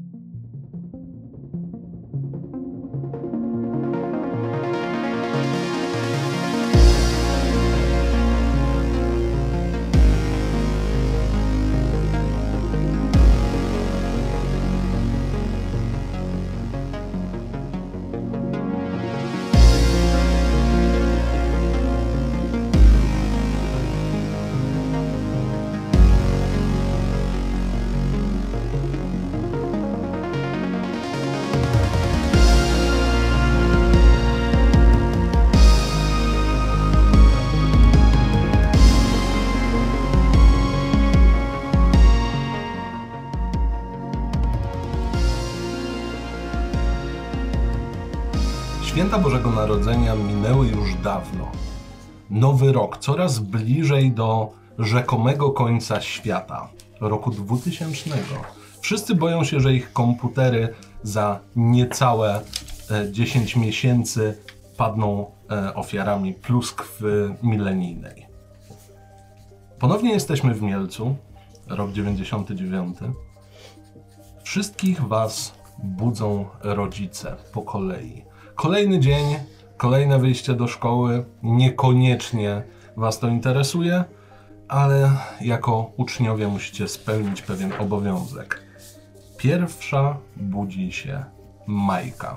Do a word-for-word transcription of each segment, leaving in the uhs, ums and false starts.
Święta Bożego Narodzenia minęły już dawno. Nowy rok coraz bliżej do rzekomego końca świata, roku dwutysięcznego. Wszyscy boją się, że ich komputery za niecałe dziesięć miesięcy padną ofiarami pluskwy milenijnej. Ponownie jesteśmy w Mielcu, rok dziewięćdziesiąty dziewiąty. Wszystkich was budzą rodzice po kolei. Kolejny dzień, kolejne wyjście do szkoły, niekoniecznie was to interesuje, ale jako uczniowie musicie spełnić pewien obowiązek. Pierwsza budzi się Majka.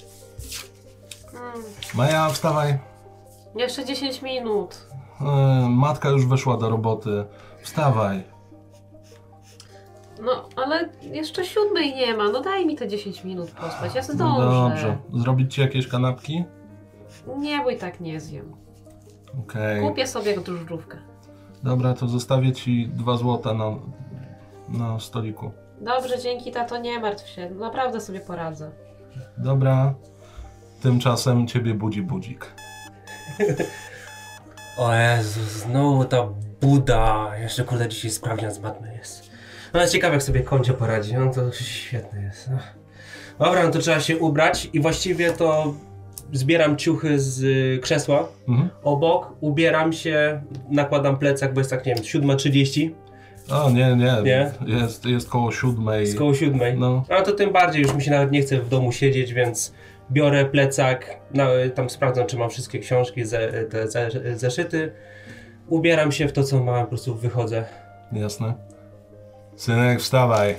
Maja, wstawaj. Jeszcze dziesięć minut. Yy, matka już wyszła do roboty. Wstawaj. No, ale jeszcze siódmej nie ma. No daj mi te dziesięć minut pospać, ja zdążę. No dobrze. Zrobić ci jakieś kanapki? Nie, bo i tak nie zjem. Okej. Kupię sobie drożdżówkę. Dobra, to zostawię ci dwa złota na, na stoliku. Dobrze, dzięki tato, nie martw się. Naprawdę sobie poradzę. Dobra. Tymczasem ciebie budzi budzik. O Jezu, znowu ta Buda. Jeszcze kurde dzisiaj sprawdzian z matmy jest. No ale ciekawe jak sobie Koncio poradzi, no to świetne jest. No. Dobra, no to trzeba się ubrać i właściwie to zbieram ciuchy z krzesła mhm. obok, ubieram się, nakładam plecak, bo jest tak, nie wiem, siódma trzydzieści. O nie, nie, nie? Jest, jest koło siódmej. Jest koło siódmej. No. A to tym bardziej, już mi się nawet nie chce w domu siedzieć, więc biorę plecak, no, tam sprawdzam, czy mam wszystkie książki, ze, te ze, zeszyty. Ubieram się w to, co mam, po prostu wychodzę. Jasne. Synek, wstawaj.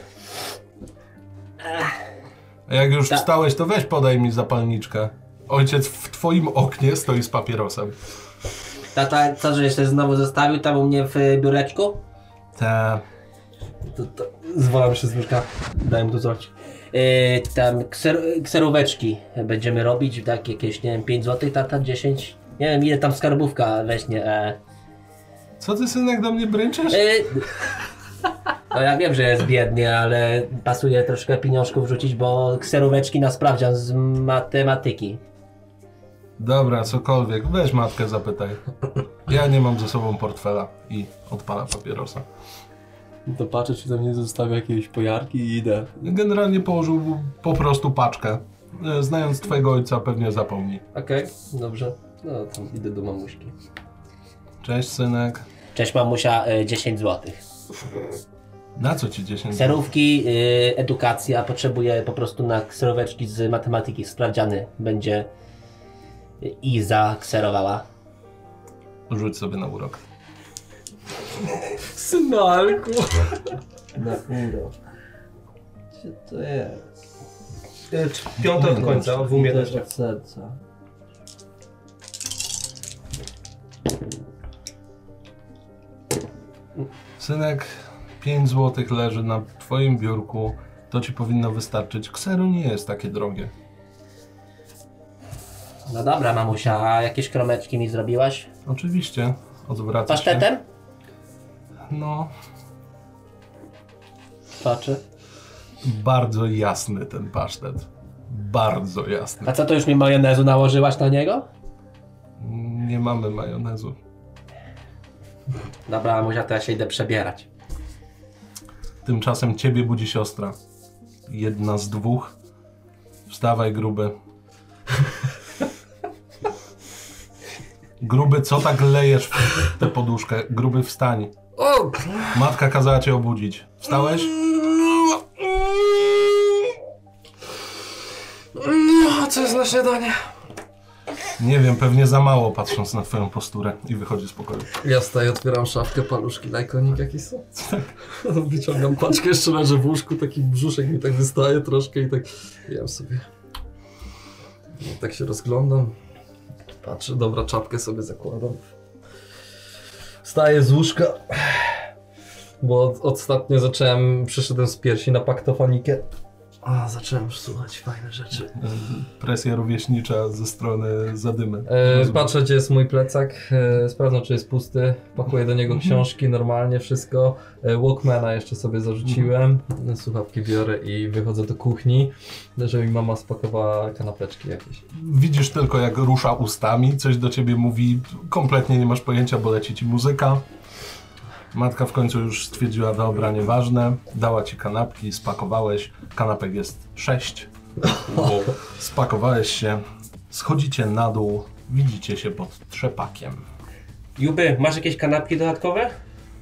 A jak już Ta. wstałeś, to weź podaj mi zapalniczkę. Ojciec w twoim oknie stoi z papierosem. Tata, co, że jeszcze znowu zostawił tam u mnie w biureczku? Ta. To, to zwalam się z biurka, daj mu to zrobić. Yy, tam kser, kseróweczki będziemy robić, tak jakieś, nie wiem, pięć złotych, tata, dziesięć? Nie wiem, ile tam skarbówka weźmie. E... Co ty, synek, do mnie bręczysz? Yy... No ja wiem, że jest biednie, ale pasuje troszkę pieniążków wrzucić, bo kseróweczki na sprawdzian z matematyki. Dobra, cokolwiek, weź matkę zapytaj. Ja nie mam ze sobą portfela i odpala papierosa. To patrzę, czy tam nie zostawia jakiejś pojarki i idę. Generalnie położył po prostu paczkę. Znając twojego ojca, pewnie zapomni. Okej, okay, dobrze. No to idę do mamuśki. Cześć, synek. Cześć, mamusia, dziesięć złotych. Na co ci dziesięć? Kserówki, yy, edukacja, potrzebuję po prostu na kseróweczki z matematyki. Sprawdziany będzie Iza kserowała. Rzuć sobie na urok. Synalku! Na urok. Gdzie to jest? Piąta od końca, w umie też. Od serca. Synek, pięć złotych leży na twoim biurku. To ci powinno wystarczyć. Ksero nie jest takie drogie. No dobra, mamusia, a jakieś kromeczki mi zrobiłaś? Oczywiście, odwracasz Pasztetem? się. No. Patrzę. Bardzo jasny ten pasztet. Bardzo jasny. A co, to już mi majonezu nałożyłaś na niego? Nie mamy majonezu. Dobra, mamusia, to ja się idę przebierać. Tymczasem ciebie budzi siostra. Jedna z dwóch. Wstawaj, gruby. Gruby, co tak lejesz w tę poduszkę? Gruby, wstań. Matka kazała cię obudzić. Wstałeś? co jest na śniadanie? Nie wiem, pewnie za mało patrząc na twoją posturę i wychodzi z pokoju. Ja wstaję, otwieram szafkę, paluszki, lajkonik jakiś są. Wyciągam paczkę, jeszcze leżę w łóżku, taki brzuszek mi tak wystaje troszkę i tak jem sobie. No, tak się rozglądam, patrzę, dobra, czapkę sobie zakładam. Wstaję z łóżka, bo od, ostatnio zacząłem, przyszedłem z piersi na paktofonikę. A, zacząłem już słuchać fajne rzeczy. Presja rówieśnicza ze strony zadymy. E, patrzę, gdzie jest mój plecak, e, sprawdzam, czy jest pusty, pakuję do niego książki, normalnie wszystko. E, Walkmana jeszcze sobie zarzuciłem, słuchawki biorę i wychodzę do kuchni, żeby mi mama spakowała kanapeczki jakieś. Widzisz tylko, jak rusza ustami, coś do ciebie mówi, kompletnie nie masz pojęcia, bo leci ci muzyka. Matka w końcu już stwierdziła, dobra, nieważne, dała ci kanapki, spakowałeś, kanapek jest sześć. Spakowałeś się, schodzicie na dół, widzicie się pod trzepakiem. Juby, masz jakieś kanapki dodatkowe?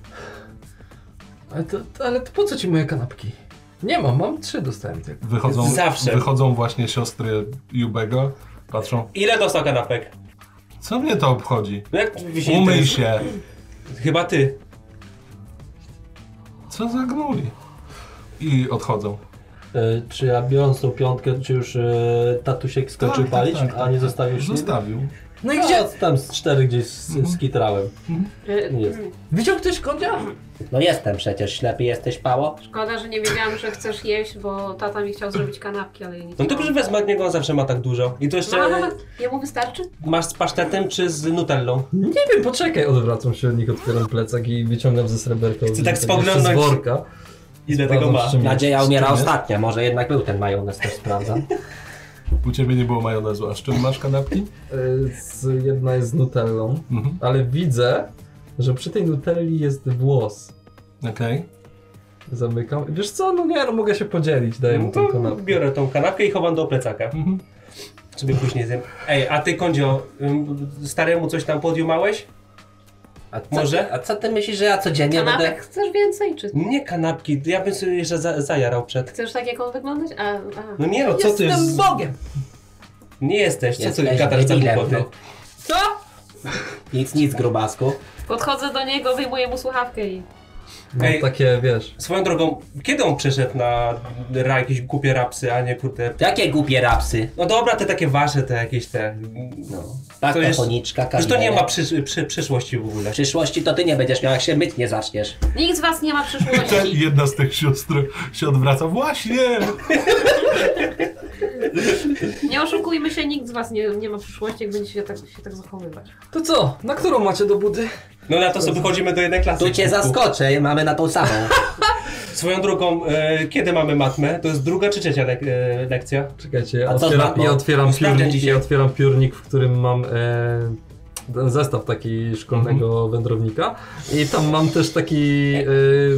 Ale to, to, ale to po co ci moje kanapki? Nie mam, mam trzy, dostałem tylko. Wychodzą, Zawsze. wychodzą właśnie siostry Jubego, patrzą, Ile dostał kanapek? co mnie to obchodzi? No jak wisi- Umyj się. Chyba ty. Co za gnuli? I odchodzą. E, czy ja biorąc tą piątkę, czy już e, tatusiek skończył Tak, tak, palić, tak, a tak. nie zostawił ślub? Zostawił. No i No, gdzie? tam z cztery gdzieś z, skitrałem. Y, Nie jest. Widział ktoś konia? No jestem przecież, ślepy jesteś, Pało? Szkoda, że nie wiedziałam, że chcesz jeść, bo tata mi chciał zrobić kanapki, ale ja nie No chciałam. to wezmę od niego, on zawsze ma tak dużo. I to jeszcze No, ale jemu wystarczy? masz z pasztetem czy z nutellą? Nie wiem, poczekaj, odwracam się od nich, otwieram plecak i wyciągam ze sreberka. Chcę tak jeszcze spoglądać. z worka. Ile tego Sprawdzam, ma? z czym Nadzieja jest. umiera czym jest? ostatnia, może jednak był ten majonez, też sprawdzam. U ciebie nie było majonezu, a z czym masz kanapki? Y, Z, jedna jest z nutellą, Mhm. ale widzę, że przy tej nutelli jest włos. Okej. Zamykam. Wiesz co, no nie, no mogę się podzielić, daję mu No tą to kanapkę. biorę tą kanapkę i chowam do plecaka. Mhm. Sobie później zjem. Ej, a ty, Kondzio, ym, staremu coś tam podjumałeś? A co, Może? A co ty myślisz, że ja codziennie Kanapek będę... chcesz więcej, czy Nie kanapki, ja bym sobie jeszcze za, zajarał przed. chcesz tak jak on wyglądać? A, a. No nie no, co ty... Jestem z- Bogiem! Nie jesteś, co ty Jesteś gadasz za debilem, głupoty? no. Co? Nic, nic, grubasku. Podchodzę do niego, wyjmuję mu słuchawkę i... No Ej. takie, wiesz... Swoją drogą, kiedy on przeszedł na ra, jakieś głupie rapsy, a nie kurde... Jakie głupie rapsy. No dobra, te takie wasze, te jakieś te... No. To jest- Paktofoniczka, Już to nie ma Kaliberek. przysz, przy, przyszłości w ogóle. W przyszłości to ty nie będziesz miał, jak się myć nie zaczniesz. Nikt z was nie ma Ta przyszłości. jedna z tych sióstr się odwraca. Właśnie! Nie oszukujmy się, nikt z was nie, nie ma przyszłości, jak będzie się tak, się tak zachowywać. To co? Na którą macie do budy? No na to sobie chodzimy do jednej klasy. Tu cię zaskoczę, mamy na tą samą. Swoją drogą, e, kiedy mamy matmę? To jest druga czy trzecia lek, e, lekcja? Czekajcie, ja A co z otwieram, matmą? ja otwieram Sprawdzę piórnik, dzisiaj. ja otwieram piórnik, w którym mam e, ten zestaw taki szkolnego wędrownika i tam mam też taki e,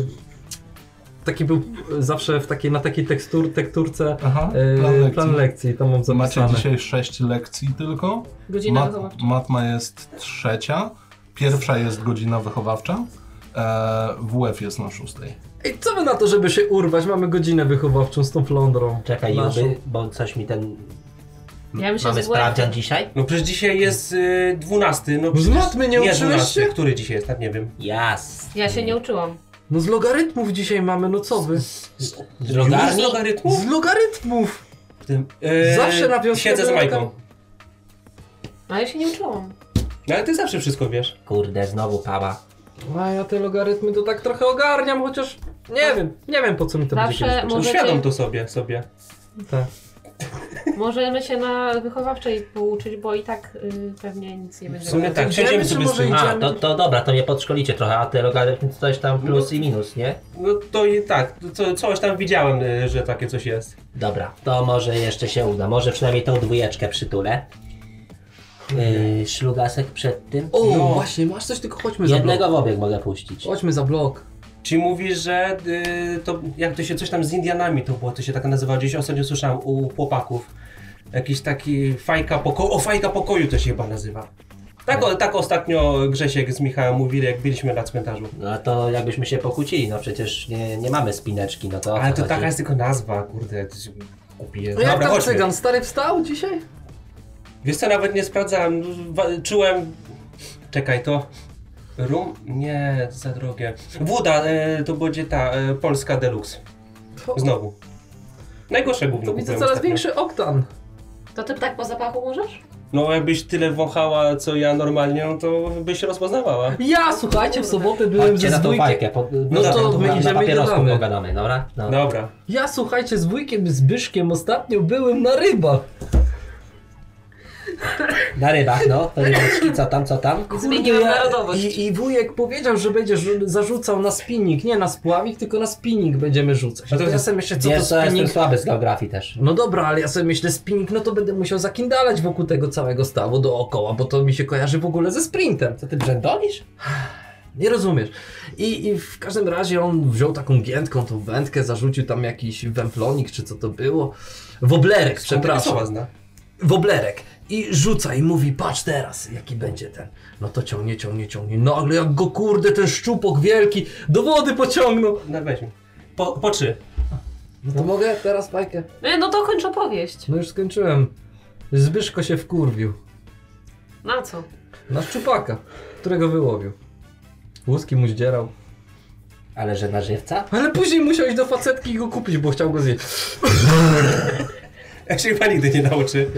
taki był zawsze w takiej, na takiej tekstur, tekturce Aha, e, plan lekcji. plan lekcji, tam mam Macie zapisane. dzisiaj sześć lekcji tylko. Godzina Mat, wychowawcza. matma jest trzecia. Pierwsza jest godzina wychowawcza. E, W F jest na szóstej. Ej, co wy na to, żeby się urwać? Mamy godzinę wychowawczą z tą flądrą. Czekaj, Naszą. Juby, bo coś mi ten... Ja bym się Mamy z sprawdzian dzisiaj? No przecież dzisiaj jest y, dwunasty. No Z przecież- matmy nie uczyłeś dwunasty. się? Który dzisiaj jest? Tak nie wiem. Jas. Ja się nie uczyłam. No z logarytmów dzisiaj mamy, no co wy? Z logarni? Z logarytmu? Z logarytmów! W tym, e, Zawsze na wiosnę Siedzę z była Majką. tam- A ja się nie uczyłam. No ale ty zawsze wszystko wiesz. Kurde, znowu Pała. A ja te logarytmy to tak trochę ogarniam, chociaż nie wiem, nie wiem po co mi to Zawsze będzie kiedyś No Możecie- świadom to sobie, sobie. potrzebne. Tak. Możemy się na wychowawczej pouczyć, bo i tak y, pewnie nic nie będzie. W sumie tak, Idziemy, siedzimy czy sobie z może tym. idziemy? A, to, to dobra, to mnie podszkolicie trochę, a te logarytmy to coś tam plus i minus, nie? No to i tak, co, coś tam widziałem, y, że takie coś jest. Dobra, to może jeszcze się uda. Może przynajmniej tą dwójeczkę przytulę. Yy, szlugasek przed tym. O, No. właśnie, masz coś, tylko chodźmy za blok. Jednego w obieg mogę puścić. Chodźmy za blok. Czy mówisz, że y, to jak to się coś tam z Indianami to było, to się tak nazywało, gdzieś ostatnio słyszałem u chłopaków. Jakiś taki fajka pokoju, o fajka pokoju to się chyba nazywa. Tak, o, tak ostatnio Grzesiek z Michałem mówili, jak byliśmy na cmentarzu. No a to jakbyśmy się pokłócili, no przecież nie, nie mamy spineczki, no to o co Ale to chodzi? taka jest tylko nazwa, kurde. to się- Kupi je. No jak Dobra, tam chodźmy. cygan? Stary wstał dzisiaj? Wiesz co, nawet nie sprawdzałem. Wa- Czułem... Czekaj, to... Rum? Nie, za drogie. Woda, e, to będzie ta e, polska deluxe. To, Znowu. Najgorsze gówno to widzę kupiłem coraz ostatnio. większy oktan. To ty tak po zapachu możesz? No jakbyś tyle wąchała co ja normalnie, no to byś rozpoznawała. Ja, słuchajcie, w sobotę byłem Chodźcie ze na tą dwójkiem. fajkę. Po, No na- to my na, idziemy na i papierosku gadamy. pogadamy, dobra? No. Dobra. Ja, słuchajcie, z wujkiem Zbyszkiem ostatnio byłem na rybach. Na rybach, no. To rybeczki, co tam, co tam? Zmieniłem narodowość. I, I wujek powiedział, że będzie rzu- zarzucał na spinning, nie na spławik, tylko na spinning będziemy rzucać. A A to to ja jest- sobie myślę, co Wiesz, to co, jestem spinning... słaby z geografii też. No dobra, ale ja sobie myślę, spinning, no to będę musiał zakindalać wokół tego całego stawu dookoła, bo to mi się kojarzy w ogóle ze sprintem. Co ty brzędolisz? Nie rozumiesz. I, I w każdym razie on wziął taką giętką, tą wędkę, zarzucił tam jakiś węplonik, czy co to było. Woblerek, przepraszam. Słowa zna. Woblerek. I rzuca i mówi, patrz teraz, jaki będzie ten. No to ciągnie, ciągnie, ciągnie. No ale jak go kurde, ten szczupok wielki do wody pociągnął. No weźmy. Po, po trzy. No to mogę teraz fajkę? Nie, no to kończ opowieść. No już skończyłem. Zbyszko się wkurwił. Na co? Na szczupaka, którego wyłowił. Łuski mu zdzierał. Ale że na żywca? Ale później musiał iść do facetki i go kupić, bo chciał go zjeść. Jak się chyba nigdy nie nauczy.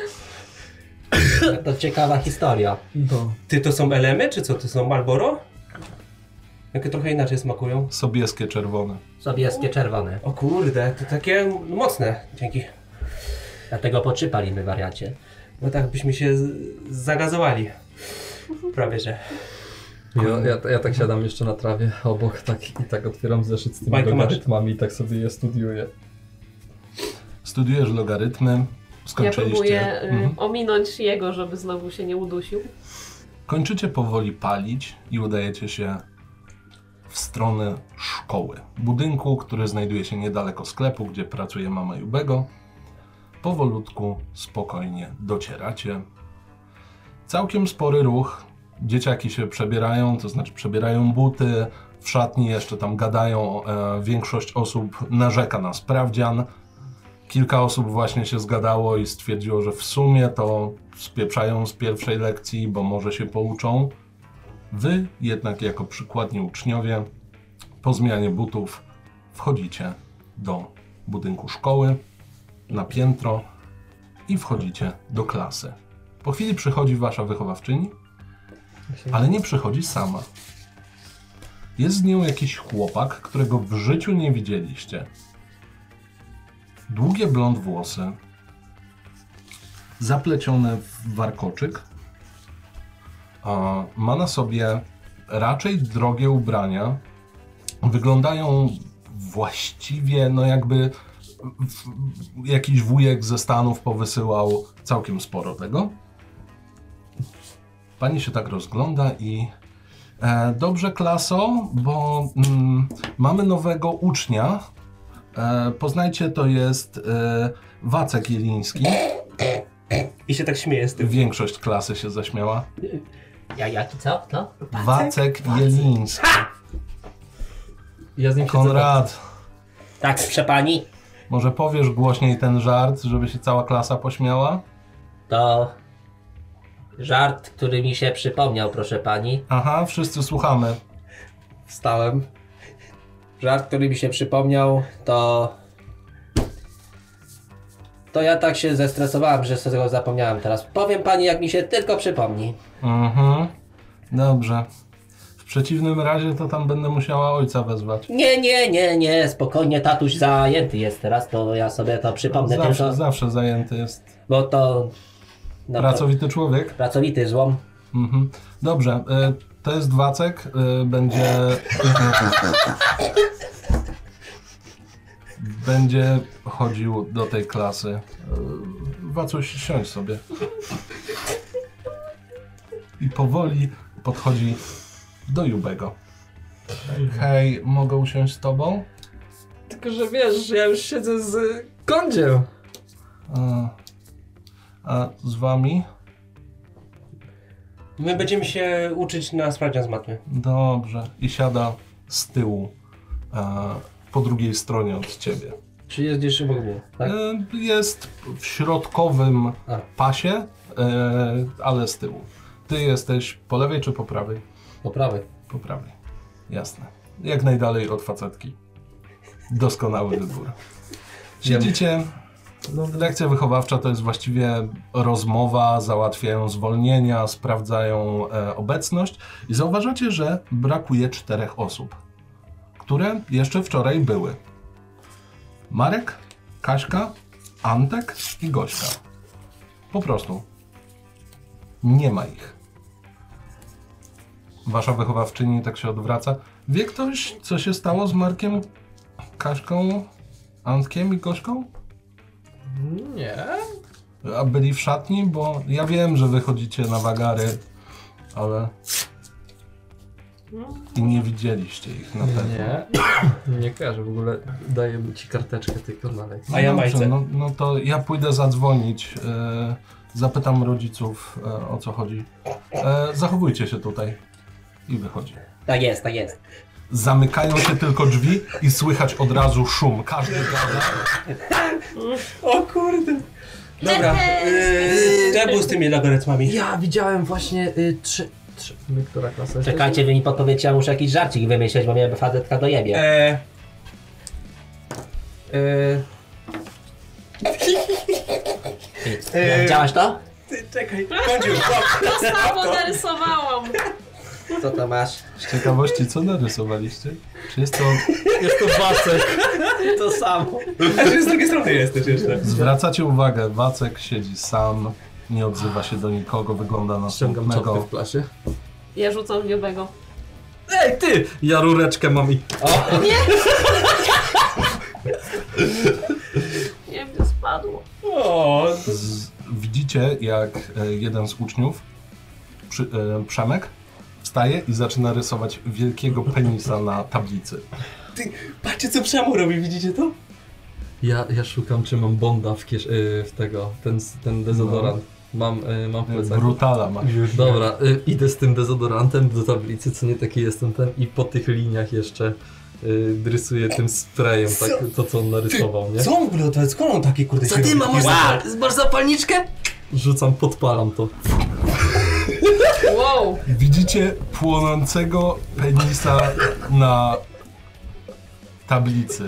To ciekawa historia. No. Ty, to są elemy, czy co? To są Marlboro? Jakie trochę inaczej smakują. Sobieskie czerwone. Sobieskie czerwone. O kurde, to takie mocne. Dzięki. Dlatego poczypali wariacie. No tak byśmy się z- zagazowali. Prawie, że. Ja, ja, ja tak siadam jeszcze na trawie obok tak, i tak otwieram zeszyt z tymi Bajkę masz. logarytmami i tak sobie je studiuję. Studiujesz logarytmy, Ja skończyliście. próbuję y, Mhm. ominąć jego, żeby znowu się nie udusił. Kończycie powoli palić i udajecie się w stronę szkoły. Budynku, który znajduje się niedaleko sklepu, gdzie pracuje mama Jubego. Powolutku, spokojnie docieracie. Całkiem spory ruch. Dzieciaki się przebierają, to znaczy przebierają buty. W szatni jeszcze tam gadają. E, większość osób narzeka na sprawdzian. Kilka osób właśnie się zgadało i stwierdziło, że w sumie to spieprzają z pierwszej lekcji, bo może się pouczą. Wy jednak jako przykładni uczniowie po zmianie butów wchodzicie do budynku szkoły, na piętro i wchodzicie do klasy. Po chwili przychodzi wasza wychowawczyni, ale nie przychodzi sama. Jest z nią jakiś chłopak, którego w życiu nie widzieliście. Długie blond włosy, zaplecione w warkoczyk, a ma na sobie raczej drogie ubrania. Wyglądają właściwie, no jakby w- jakiś wujek ze Stanów powysyłał całkiem sporo tego. Pani się tak rozgląda i e, dobrze, klaso, bo mm, mamy nowego ucznia. E, poznajcie, to jest e, Wacek Jeliński. I się tak śmieje z tym. Większość klasy się zaśmiała. Ja, jaki co? No? Wacek Jeliński. Ja z nim siedzę Konrad, Tak, proszę pani. może powiesz głośniej ten żart, żeby się cała klasa pośmiała? To żart, który mi się przypomniał, proszę pani. Aha, wszyscy słuchamy. Wstałem. Żart, który mi się przypomniał, to... To ja tak się zestresowałem, że sobie tego zapomniałem teraz. Powiem pani, jak mi się tylko przypomni. Mhm. Dobrze. W przeciwnym razie to tam będę musiała ojca wezwać. Nie, nie, nie, nie, spokojnie, tatuś zajęty jest teraz, to ja sobie to przypomnę Zawsze, tylko, zawsze zajęty jest. bo to... No to Pracowity człowiek. pracowity złom. Mhm. Dobrze, y, to jest Wacek, y, będzie... będzie chodził do tej klasy. Y, Wacuś, siądź sobie. I powoli podchodzi do Jubego. Hej, mogę usiąść z tobą? Tylko, że wiesz, że ja już siedzę z kądziem. A, a z wami? My będziemy się uczyć na sprawdzian z matmy. Dobrze. I siada z tyłu, e, po drugiej stronie od ciebie. Czy jest gdzieś obok mnie, tak? E, Jest w środkowym A. pasie, e, ale z tyłu. Ty jesteś po lewej czy po prawej? Po prawej. Po prawej. Jasne. Jak najdalej od facetki. Doskonały wybór. Siedzicie. No, lekcja wychowawcza to jest właściwie rozmowa, załatwiają zwolnienia, sprawdzają e, obecność i zauważacie, że brakuje czterech osób, które jeszcze wczoraj były. Marek, Kaśka, Antek i Gośka. Po prostu. Nie ma ich. Wasza wychowawczyni tak się odwraca. Wie ktoś, co się stało z Markiem, Kaśką, Antkiem i Gośką? Nie. A byli w szatni? Bo ja wiem, że wychodzicie na wagary, ale i nie widzieliście ich na pewno. Nie. Nie kojarzę, w ogóle daję ci karteczkę tylko na lekcję. A ja Dobrze, majce. no, no to ja pójdę zadzwonić, e, zapytam rodziców, e, o co chodzi. E, zachowujcie się tutaj. I wychodzi. Tak jest, tak jest. Zamykają się tylko drzwi i słychać od razu szum. Każdy gada. O kurde. Dobra, yy, co było z tymi logarytmami? Ja widziałem właśnie y, trzy... trzy... My, która klasa jest? Czekajcie, wy mi podpowiecie, ja muszę jakiś żarcik wymyśleć, bo mnie facetka dojebie. Eee, Y, Eee. Widziałaś to? ty, czekaj, kończył. To samo narysowałam. Co to masz? Z ciekawości, co narysowaliście? Czy jest to... jest to Wacek. To samo. A że z drugiej strony jesteś jeszcze. Zwracacie uwagę, Wacek siedzi sam, nie odzywa się do nikogo, wygląda na Ściągam czapkę smutnego. w klasie. Ja rzucam niebego. Ej, ty! Ja rureczkę mam i... Nie wiem, spadło. O, Z, widzicie, jak e, jeden z uczniów, przy, e, Przemek, wstaje i zaczyna rysować wielkiego penisa na tablicy. ty, patrzcie co Przemo robi, widzicie to? Ja, ja szukam, czy mam Bonda w, kiesz... y, w tego, ten, ten dezodorant. Mam, y, mam w plecaku. Brutala masz. Dobra, y, idę z tym dezodorantem do tablicy, co nie taki jestem ten i po tych liniach jeszcze y, rysuję tym sprayem tak, to, co on narysował, nie? Co on w ogóle to jest? Skąd on taki kurde się robi? Masz zapalniczkę? Rzucam, podpalam to. Wow. Widzicie płonącego penisa na tablicy.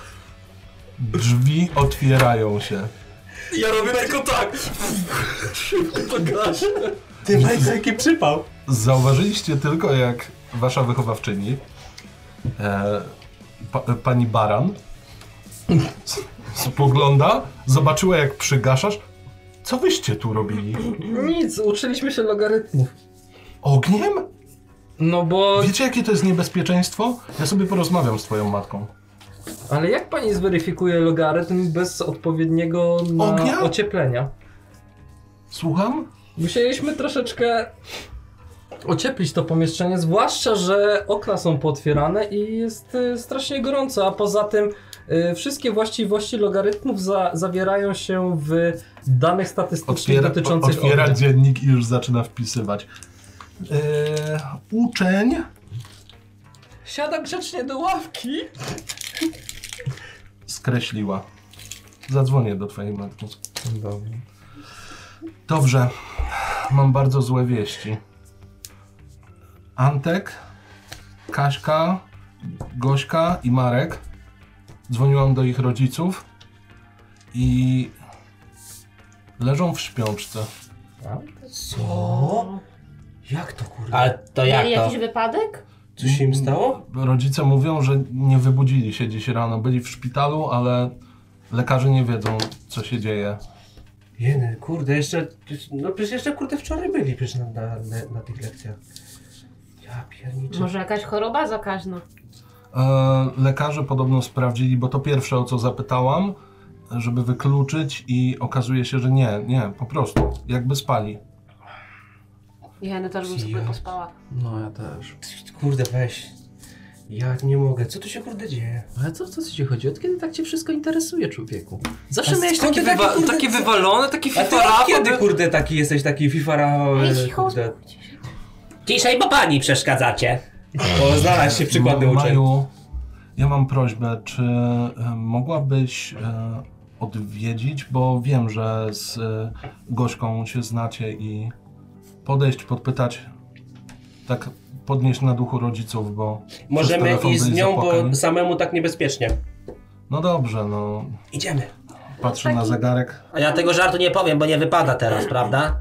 Drzwi otwierają się. Ja robię tylko tak! To gaśnie. Ty Majce, jaki przypał. Zauważyliście tylko, jak wasza wychowawczyni, e, pa, pani Baran, s- spogląda, zobaczyła, jak przygaszasz. Co wyście tu robili? Nic, uczyliśmy się logarytmów. Ogniem? No bo... Wiecie, jakie to jest niebezpieczeństwo? Ja sobie porozmawiam z twoją matką. Ale jak pani zweryfikuje logarytm bez odpowiedniego na Ognia? ocieplenia? Słucham? Musieliśmy troszeczkę ocieplić to pomieszczenie, zwłaszcza, że okna są pootwierane i jest y, strasznie gorąco, a poza tym y, wszystkie właściwości logarytmów za, zawierają się w danych statystycznych Otwiera, dotyczących otwiera ognia. dziennik i już zaczyna wpisywać. Eee, uczeń Siada grzecznie do ławki. skreśliła. Zadzwonię do twojej matki. Dobra. Dobrze, mam bardzo złe wieści. Antek, Kaśka, Gośka i Marek. Dzwoniłam do ich rodziców i leżą w śpiączce. Co? Jak to kurde? Ale to jak Mieli to? jakiś wypadek? Co się im stało? Rodzice mówią, że nie wybudzili się dziś rano. Byli w szpitalu, ale lekarze nie wiedzą, co się dzieje. Jeny, kurde, jeszcze, no przecież jeszcze kurde wczoraj byli przecież na, na, na, na tych lekcjach. Ja pierniczę. Może jakaś choroba zakaźna? E, lekarze podobno sprawdzili, bo to pierwsze, o co zapytałam, żeby wykluczyć i okazuje się, że nie, nie, po prostu, jakby spali. Ja też bym sobie Ja. pospała. No ja też. Kurde, weź. Ja nie mogę. Co tu się kurde dzieje? Ale co, co ci chodzi? Od kiedy tak cię wszystko interesuje, człowieku? Zawsze A miałeś skąd takie, ty taki, wywa- kurde, takie co- wywalone, takie A ty fifara. od kiedy kurde taki jesteś, taki fifara, Ej, e, cicho, kurde. uspokójcie się. Ciszej, bo pani przeszkadzacie. O, znalazł się przykładny Ma- uczeń. Maju, Ja mam prośbę, czy e, mogłabyś e, odwiedzić, bo wiem, że z e, Gośką się znacie i podejść, podpytać, tak podnieść na duchu rodziców, bo Możemy przez telefon iść z byli nią, zapłakani. bo samemu tak niebezpiecznie. No dobrze, no Idziemy. patrzę na zegarek. A ja tego żartu nie powiem, bo nie wypada teraz, prawda?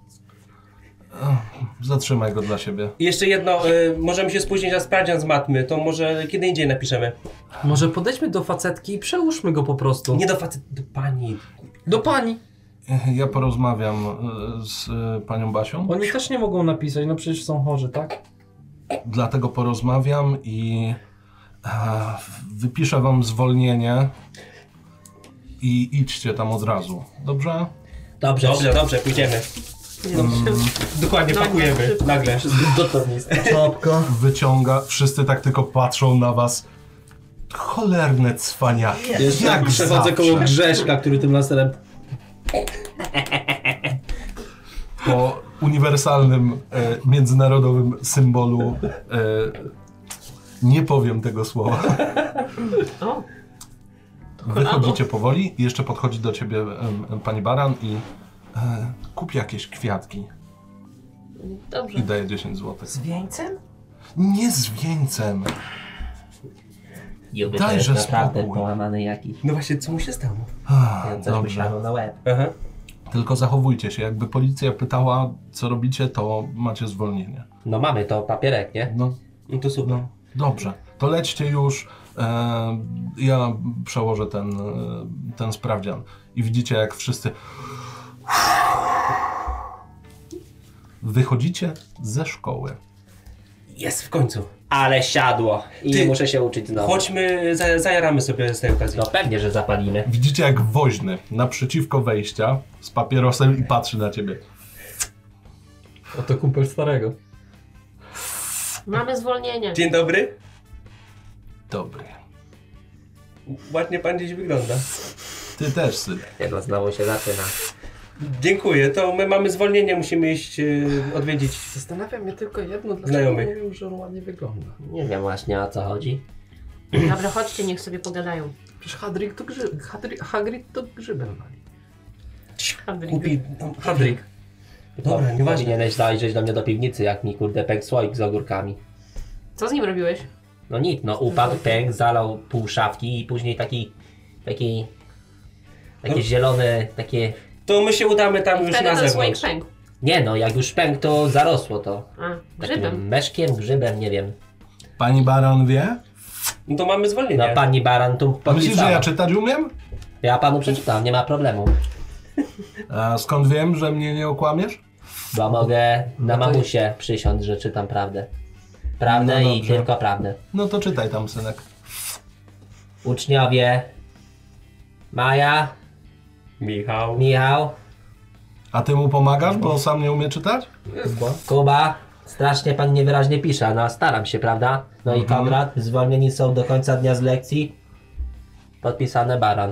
Zatrzymaj go dla siebie. I jeszcze jedno, y, możemy się spóźnić na sprawdzian z matmy, to może kiedy indziej napiszemy. Może podejdźmy do facetki i przełóżmy go po prostu. Nie do facet, do pani. Do pani. Ja porozmawiam e, z e, panią Basią, Oni też nie mogą napisać, no przecież są chorzy, tak? dlatego porozmawiam i e, wypiszę wam zwolnienie i idźcie tam od razu, dobrze? Dobrze, Dobrze, dobrze, pójdziemy. Dokładnie, No, pakujemy, no, nagle. Czapka. Wyciąga, wszyscy tak tylko patrzą na was. Cholerne cwaniaki, jak Przechodzę zawsze. koło Grześka, który tym laserem... Po uniwersalnym, e, międzynarodowym symbolu e, nie powiem tego słowa. O, Wychodzicie powoli i jeszcze podchodzi do ciebie em, em, pani Baran i e, kup jakieś kwiatki dobrze. i daje dziesięć złotych. Z wieńcem? Nie z wieńcem. Juby to Dajże jest naprawdę spokój. połamany jakiś. No właśnie, co mu się stało? Ach, Ja coś dobrze. myślałem na łeb. Aha. Tylko zachowujcie się. Jakby policja pytała, co robicie, to macie zwolnienie. No mamy to papierek, nie? No, No to super. no dobrze. To lećcie już. E, ja przełożę ten, e, ten sprawdzian. I widzicie, jak wszyscy wychodzicie ze szkoły. Jest w końcu. Ale siadło. I Ty, nie muszę się uczyć znowu. Chodźmy, za, zajaramy sobie z tej okazji. No pewnie, że zapalimy. Widzicie, jak woźny naprzeciwko wejścia z papierosem i patrzy na ciebie. Oto kumpel starego. Mamy zwolnienie. Dzień dobry. Dobry. Ładnie pan dziś wygląda. Ty też, synek. Nie no, znowu się zaczyna. Dziękuję, to my mamy zwolnienie, musimy iść yy, odwiedzić. Zastanawiam mnie tylko jedno, dlaczego Znajomych. mówią, że on ładnie wygląda. Nie wiem właśnie o co chodzi. Dobra, chodźcie, niech sobie pogadają. Przecież Hadrik to grzyb. Hadri, Hagrid to grzybem mali. Hadrik. Kupi... No, Hadrik. Dobra, nieważne. Powinieneś zajrzeć do mnie do piwnicy, jak mi kurde pękł słoik z ogórkami. Co z nim robiłeś? No nic, no upadł, pękł, zalał pół szafki i później taki, taki, takie No. zielone, takie, To my się udamy tam już Wtedy na ten słoik zewnątrz. pękł. nie no, jak już pękł to zarosło to. A, Takim grzybem. meszkiem, grzybem, nie wiem. Pani Baran wie? No to mamy zwolnienie. No pani Baran tu Myślisz, że podpisała. ja czytać umiem? Ja panu przeczytam, nie ma problemu. A skąd wiem, że mnie nie okłamiesz? Bo mogę na No to- mamusie przysiąc, że czytam prawdę. Prawdę No i dobrze. tylko prawdę. No to czytaj tam, synek. Uczniowie Maja, Michał. Michał, A ty mu pomagasz, bo sam nie umie czytać? Kuba, strasznie pan niewyraźnie pisze, no staram się, prawda? No i Mhm. Konrad, zwolnieni są do końca dnia z lekcji. Podpisane Baran.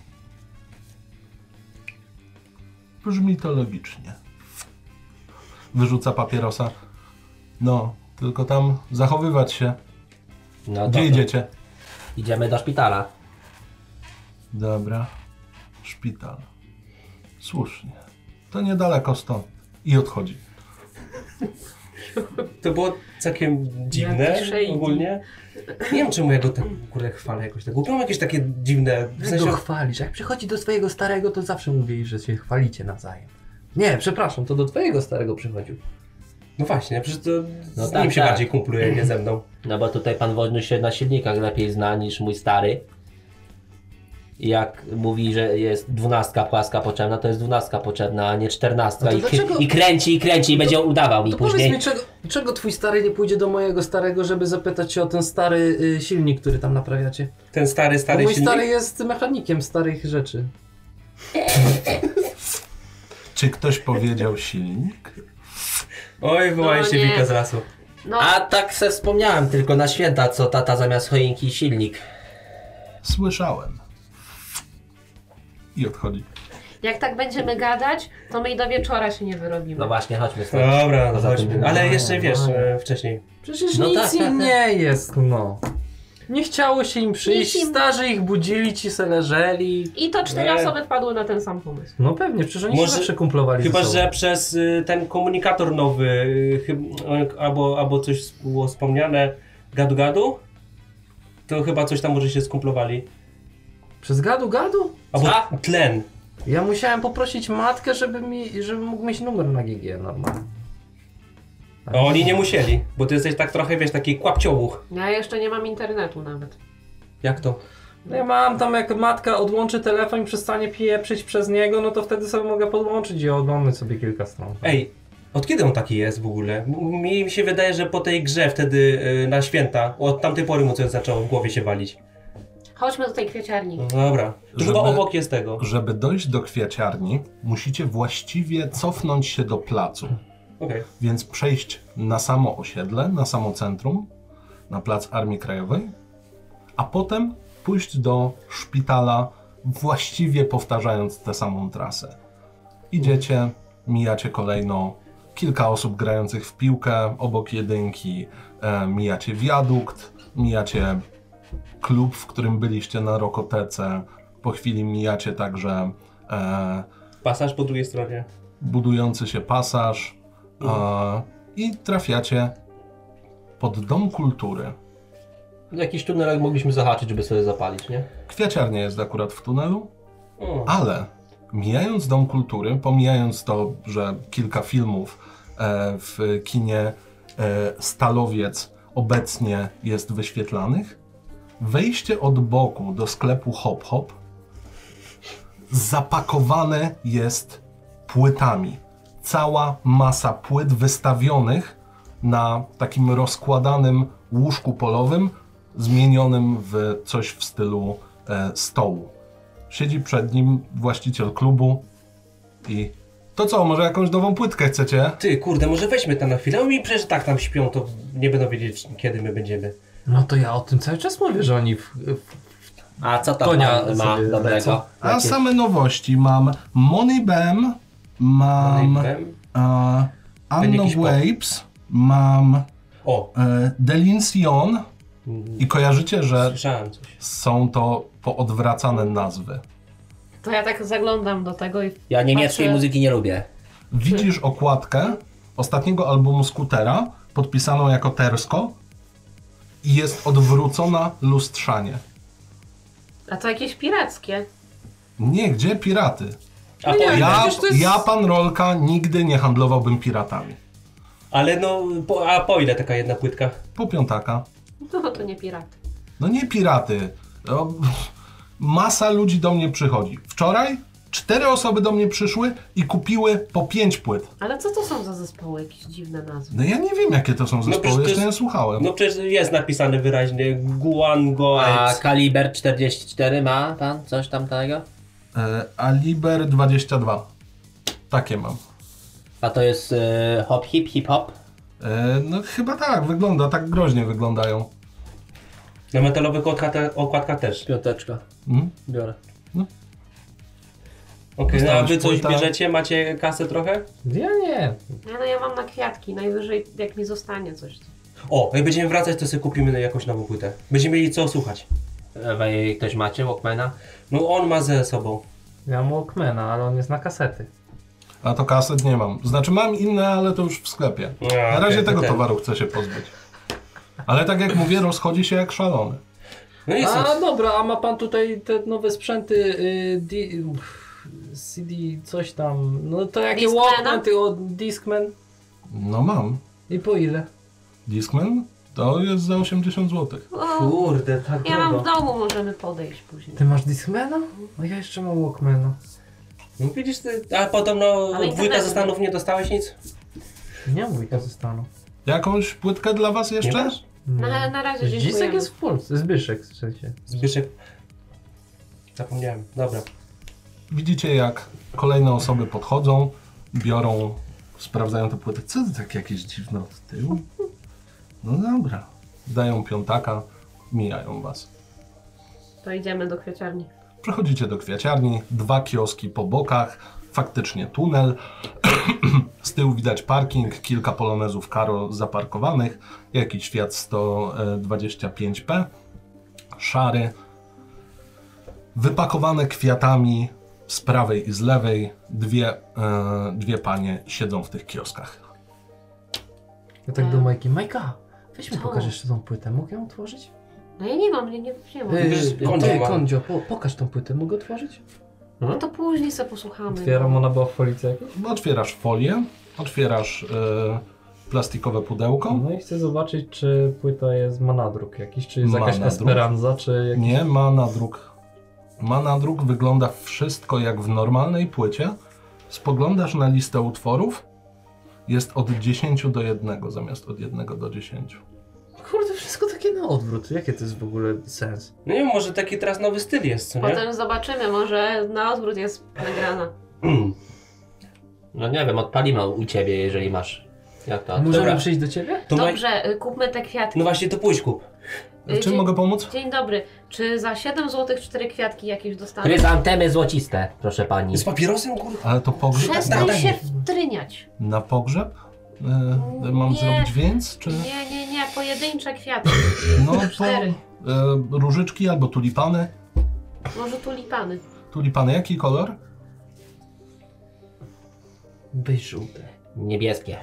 Brzmi to logicznie. Wyrzuca papierosa. No, tylko tam zachowywać się. No Gdzie to, idziecie? idziemy do szpitala. Dobra. Szpital. Słusznie. To niedaleko stąd. I odchodzi. To było całkiem dziwne Jakiś shady. ogólnie. Nie wiem czemu ja go tak kurde chwalę jakoś tak. Bo mam jakieś takie dziwne. W Jak sensie, go chwalisz? Jak przychodzi do swojego starego, to zawsze mówi, że się chwalicie nawzajem. Nie, przepraszam, to do twojego starego przychodził. no właśnie, przecież to No z tak, nim się tak. bardziej kumpluje, nie ze mną. No bo tutaj pan Woźny się na silnikach lepiej zna niż mój stary. I jak mówi, że jest dwunastka płaska potrzebna, to jest dwunastka potrzebna, a nie czternastka. No to I, dlaczego- I kręci, i kręci, i będzie udawał mi To później. powiedz mi, czego, czego twój stary nie pójdzie do mojego starego, żeby zapytać się o ten stary y, silnik, który tam naprawiacie? Ten stary, Bo stary mój silnik. stary jest mechanikiem starych rzeczy. Czy ktoś powiedział silnik? Oj, wyłaj No się nie. wilka z lasu. No, A tak se wspomniałem tylko na święta, co tata zamiast choinki silnik. Słyszałem. I odchodzi. jak tak będziemy gadać, to my i do wieczora się nie wyrobimy. No właśnie, chodźmy stąd. Dobra, no Poza tym- chodźmy. Ale jeszcze wiesz, no. e, wcześniej. Przecież No nic tak, im tak, tak. nie jest, no. Nie chciało się im przyjść, Nic im- starzy ich budzili, ci se leżeli. I to cztery Nie. osoby wpadły na ten sam pomysł. No pewnie, przecież oni Może- się zawsze kumplowali Chyba, ze sobą. że przez y, ten komunikator nowy, y, chyb, y, albo, albo coś było wspomniane, gadu gadu, to chyba coś tam może się skumplowali. Przez gadu gadu? Albo A? tlen. Ja musiałem poprosić matkę, żeby mi, żeby mógł mieć numer na G G normalnie. A oni nie musieli, bo ty jesteś tak trochę, wiesz, taki kłapciołuch. Ja jeszcze nie mam internetu nawet. Jak to? No ja mam tam, jak matka odłączy telefon i przestanie pieprzyć przez niego, no to wtedy sobie mogę podłączyć i oglądać sobie kilka stron. Ej, od kiedy on taki jest w ogóle? M- Mi się wydaje, że po tej grze wtedy y, na święta, od tamtej pory mu coś zaczęło w głowie się walić. Chodźmy do tej kwieciarni. No dobra, to Żeby- chyba obok jest tego. Żeby dojść do kwiaciarni, musicie właściwie cofnąć się do placu. Okej. Więc przejść na samo osiedle, na samo centrum, na plac Armii Krajowej, a potem pójść do szpitala, właściwie powtarzając tę samą trasę. Idziecie, mijacie kolejno kilka osób grających w piłkę obok jedynki, e, mijacie wiadukt, mijacie klub, w którym byliście na Rokotece, po chwili mijacie także e, Pasaż po drugiej stronie. budujący się pasaż e, i trafiacie pod Dom Kultury. Jakiś tunelek mogliśmy zahaczyć, żeby sobie zapalić, nie? Kwiaciarnia jest akurat w tunelu, O. ale mijając Dom Kultury, pomijając to, że kilka filmów e, w kinie e, Stalowiec obecnie jest wyświetlanych, wejście od boku do sklepu Hop Hop zapakowane jest płytami. Cała masa płyt wystawionych na takim rozkładanym łóżku polowym, zmienionym w coś w stylu e, stołu. Siedzi przed nim właściciel klubu i to co, może jakąś nową płytkę chcecie? Ty, kurde, może weźmy tam na chwilę. Oni przecież tak tam śpią, to nie będą wiedzieć, kiedy my będziemy. No to ja o tym cały czas mówię, że oni w, w, A co tam Konia pan ma sobie dobrego? lecą. A Jakie- same nowości mam Money Bam, mam No i powiem. e, Anno jakiś pop. Waves, mam O, e, Delincion i kojarzycie, że słyszałem coś. są to poodwracane nazwy. To ja tak zaglądam do tego i Ja niemieckiej patrzę- muzyki nie lubię. Widzisz okładkę ostatniego albumu Skutera, podpisaną jako Tersko i jest odwrócona lustrzanie. A to jakieś pirackie. Nie, gdzie piraty? A No po nie, ile? Ja, przecież to jest- ja, pan Rolka, nigdy nie handlowałbym piratami. Ale no, po, a po ile taka jedna płytka? Po piątaka. No to nie piraty. No nie piraty. No, masa ludzi do mnie przychodzi. Wczoraj cztery osoby do mnie przyszły i kupiły po pięć płyt. Ale co to są za zespoły? Jakieś dziwne nazwy. No ja nie wiem, jakie to są przecież zespoły, to jeszcze jest- nie słuchałem. No przecież jest napisane wyraźnie Guango. A kaliber czterdzieści cztery ma pan coś tam tego? E, Aliber dwadzieścia dwa. Takie mam. A to jest e, hop hip hip hop? E, no chyba tak, wygląda, tak groźnie wyglądają. Na metalowych okładkach, okładkach też. Piąteczka. Mm? Biorę. Okej, no a wy Dostałeś coś płyta? bierzecie? Macie kasę trochę? Ja nie. Ja, no ja mam na kwiatki, najwyżej jak mi zostanie coś. O, jak będziemy wracać, to sobie kupimy jakąś nową płytę. Będziemy mieli co słuchać. E, Wy ktoś macie Walkmana? No on ma ze sobą. Ja mam Walkmana, ale on jest na kasety. A to kaset nie mam. Znaczy mam inne, ale to już w sklepie. A, Na razie okej, to tego ten. towaru chcę się pozbyć. Ale tak jak mówię, rozchodzi się jak szalony. No i co? A dobra, a ma pan tutaj te nowe sprzęty y, di, uff, C D, coś tam. No to jakie Discmana? Walkman, ty o Discman? No mam. I po ile? Discman to jest za osiemdziesiąt złotych. O, Kurde, tak ja mam drogo. w domu, możemy podejść później. Ty masz Discmana? No ja jeszcze mam Walkmana. No widzisz, ty, a podobno Ale od dwójka internetu ze Stanów nie dostałeś nic? Nie mój to zostaną. Jakąś płytkę dla was Nie jeszcze? masz? Na, na razie Dzisek dziękujemy. jest w Polsce, Zbyszek w sensie. Zbyszek. Zapomniałem. Dobra. Widzicie, jak kolejne osoby podchodzą, biorą, sprawdzają te płyty. Co to tak jakieś dziwne od tyłu? No dobra. Dają piątaka, mijają was. To idziemy do kwieciarni. Przechodzicie do kwiaciarni, dwa kioski po bokach, faktycznie tunel. Z tyłu widać parking, kilka polonezów Karo zaparkowanych, jakiś Fiat sto dwadzieścia pięć P szary, wypakowane kwiatami z prawej i z lewej. Dwie, e, dwie panie siedzą w tych kioskach. Ja tak do Majki. Majka, weź mi Co? pokaż jeszcze tą płytę. Mogę ją otworzyć? No ja nie mam, nie, nie, nie mam. Yy, Kondzio ty, ma. Kondzio, po, pokaż tą płytę. Mogę otworzyć? No to później sobie posłuchamy. Otwieram, ona była w folice jakiejś? Otwierasz folię, otwierasz e, plastikowe pudełko. No i chcę zobaczyć, czy płyta jest, ma nadruk jakiś, czy jest Ma jakaś nadruk. Esperanza, czy jakiś... Nie, ma nadruk. Ma nadruk, wygląda wszystko jak w normalnej płycie. Spoglądasz na listę utworów, jest od dziesięciu do jednego zamiast od jednego do dziesięciu. Kurde, wszystko takie na odwrót. Jakie to jest w ogóle sens? No nie wiem, może taki teraz nowy styl jest, co nie? Potem zobaczymy, może na odwrót jest nagrana. No nie wiem, odpalimy u ciebie, jeżeli masz. Jak to? Możemy Dobra. przyjść do ciebie? To Maj- Dobrze, y, kupmy te kwiatki. No właśnie, to pójdź kup. W czym Dzień- mogę pomóc? Dzień dobry. Czy za siedem złotych cztery kwiatki jakieś dostanę? Chryzantemy złociste, proszę pani. Z papierosem, kurwa. Ale to pogrzeb? Przestań daj się mi. wtryniać. Na pogrzeb? E, mam Nie. zrobić więc? Czy... Nie, nie, nie, pojedyncze kwiaty. No to Cztery. e, różyczki albo tulipany. Może tulipany. Tulipany, jaki kolor? Weź żółte. Niebieskie.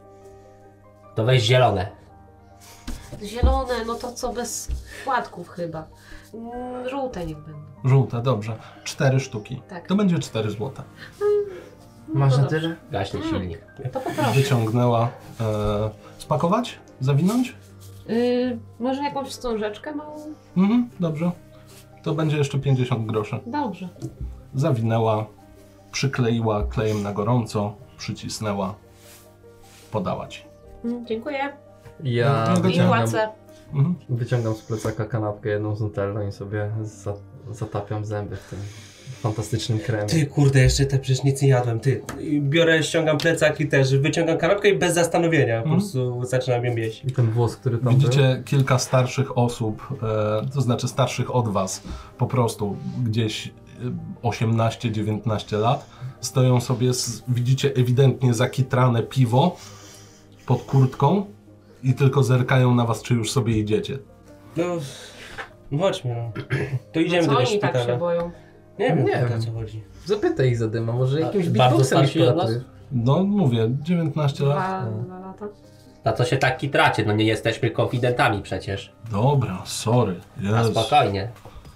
To weź zielone. Zielone, no to co bez płatków chyba. Mm, Żółte niech będą. Żółte, dobrze. Cztery sztuki. Tak. To będzie cztery złote. No Masz to na dobrze. tyle? Gaśny Mm. silnik. To poproszę. Wyciągnęła. E, spakować? Zawinąć? Yy, może jakąś wstążeczkę małą? Mhm, dobrze. To będzie jeszcze pięćdziesiąt groszy. Dobrze. Zawinęła, przykleiła klejem na gorąco, przycisnęła, podała ci. Mm, dziękuję. Ja No, no, I Wyciągam. płacę. Mhm. Wyciągam z plecaka kanapkę jedną z Nutellą i sobie za, zatapiam zęby w tym fantastycznym kremie. Ty, kurde, jeszcze te przecież nic nie jadłem, ty. I biorę, ściągam plecak i też wyciągam kanapkę i bez zastanowienia po Mhm. prostu zaczynam ją jeść. I ten włos, który tam był. Widzicie kilka starszych osób, e, to znaczy starszych od was, po prostu gdzieś e, osiemnaście dziewiętnaście lat, stoją sobie, z, widzicie ewidentnie zakitrane piwo pod kurtką i tylko zerkają na was, czy już sobie idziecie. No, no chodźmy, no. To idziemy No do co tego oni tak się szpitala. boją? Nie wiem, Nie o wiem. co chodzi. Zapytaj ich za dyma, może jakimś bardzo beatboxem ich starsi od nas? poratuje. No mówię, dziewiętnaście lat. Dwa, dwa lata? Na co się tak kitracie? No nie jesteśmy konfidentami przecież. Dobra, sorry. A Jezu. spokojnie.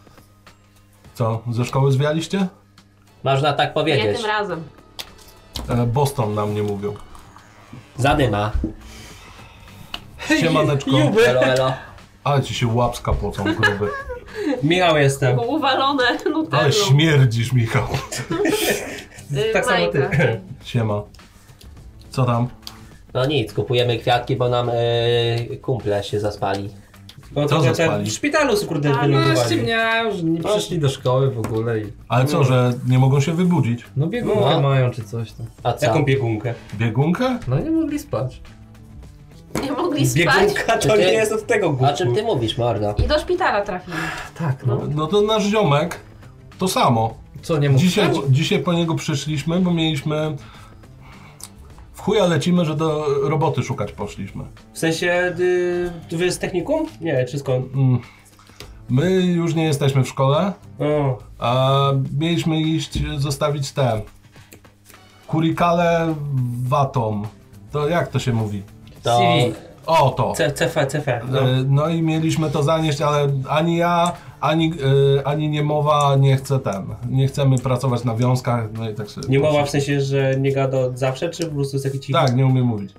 Co, ze szkoły zwialiście? Można tak Nie powiedzieć. tym razem. E, Boston na mnie mówią. Zadyma. Siemaneczko. Elo, elo. Ale ci się łapska pocą, gruby. Michał jestem. Było uwalone nutellą. Ale śmierdzisz, Michał. Yy, tak samo ty. Majka, ty. Siema. Co tam? No nic, kupujemy kwiatki, bo nam yy, kumple się zaspali. No Co to te- zaspali? w szpitalu są kurde Tak, wylądowali. dwanaście dnia już nie przyszli do szkoły w ogóle i... Ale co, że nie mogą się wybudzić? No biegunkę No. mają czy coś tam. A co? Jaką biegunkę? Biegunkę? No nie mogli spać. Nie mogli spać Biegunka to Ty- nie jest od tego O głupu. czym ty mówisz, mordo? i do szpitala trafili. Tak, no. No to nasz ziomek to samo. Co, nie mógł Dzisiaj, spać? dzisiaj po niego przyszliśmy, bo mieliśmy... W chuja lecimy, że do roboty szukać poszliśmy. W sensie, y, wy z technikum? Nie, czy skąd? Mm. My już nie jesteśmy w szkole, O, a mieliśmy iść zostawić te... Kurikale watą. To jak to się mówi? To... C V. O, to. C- CF, CF. No. E, No i mieliśmy to zanieść, ale ani ja, ani, e, ani niemowa nie chce ten. Nie chcemy pracować na wiązkach, no i tak sobie. Nie mowa w sensie, że nie gada od zawsze, czy po prostu jest taki cichy? Tak, nie umiem mówić.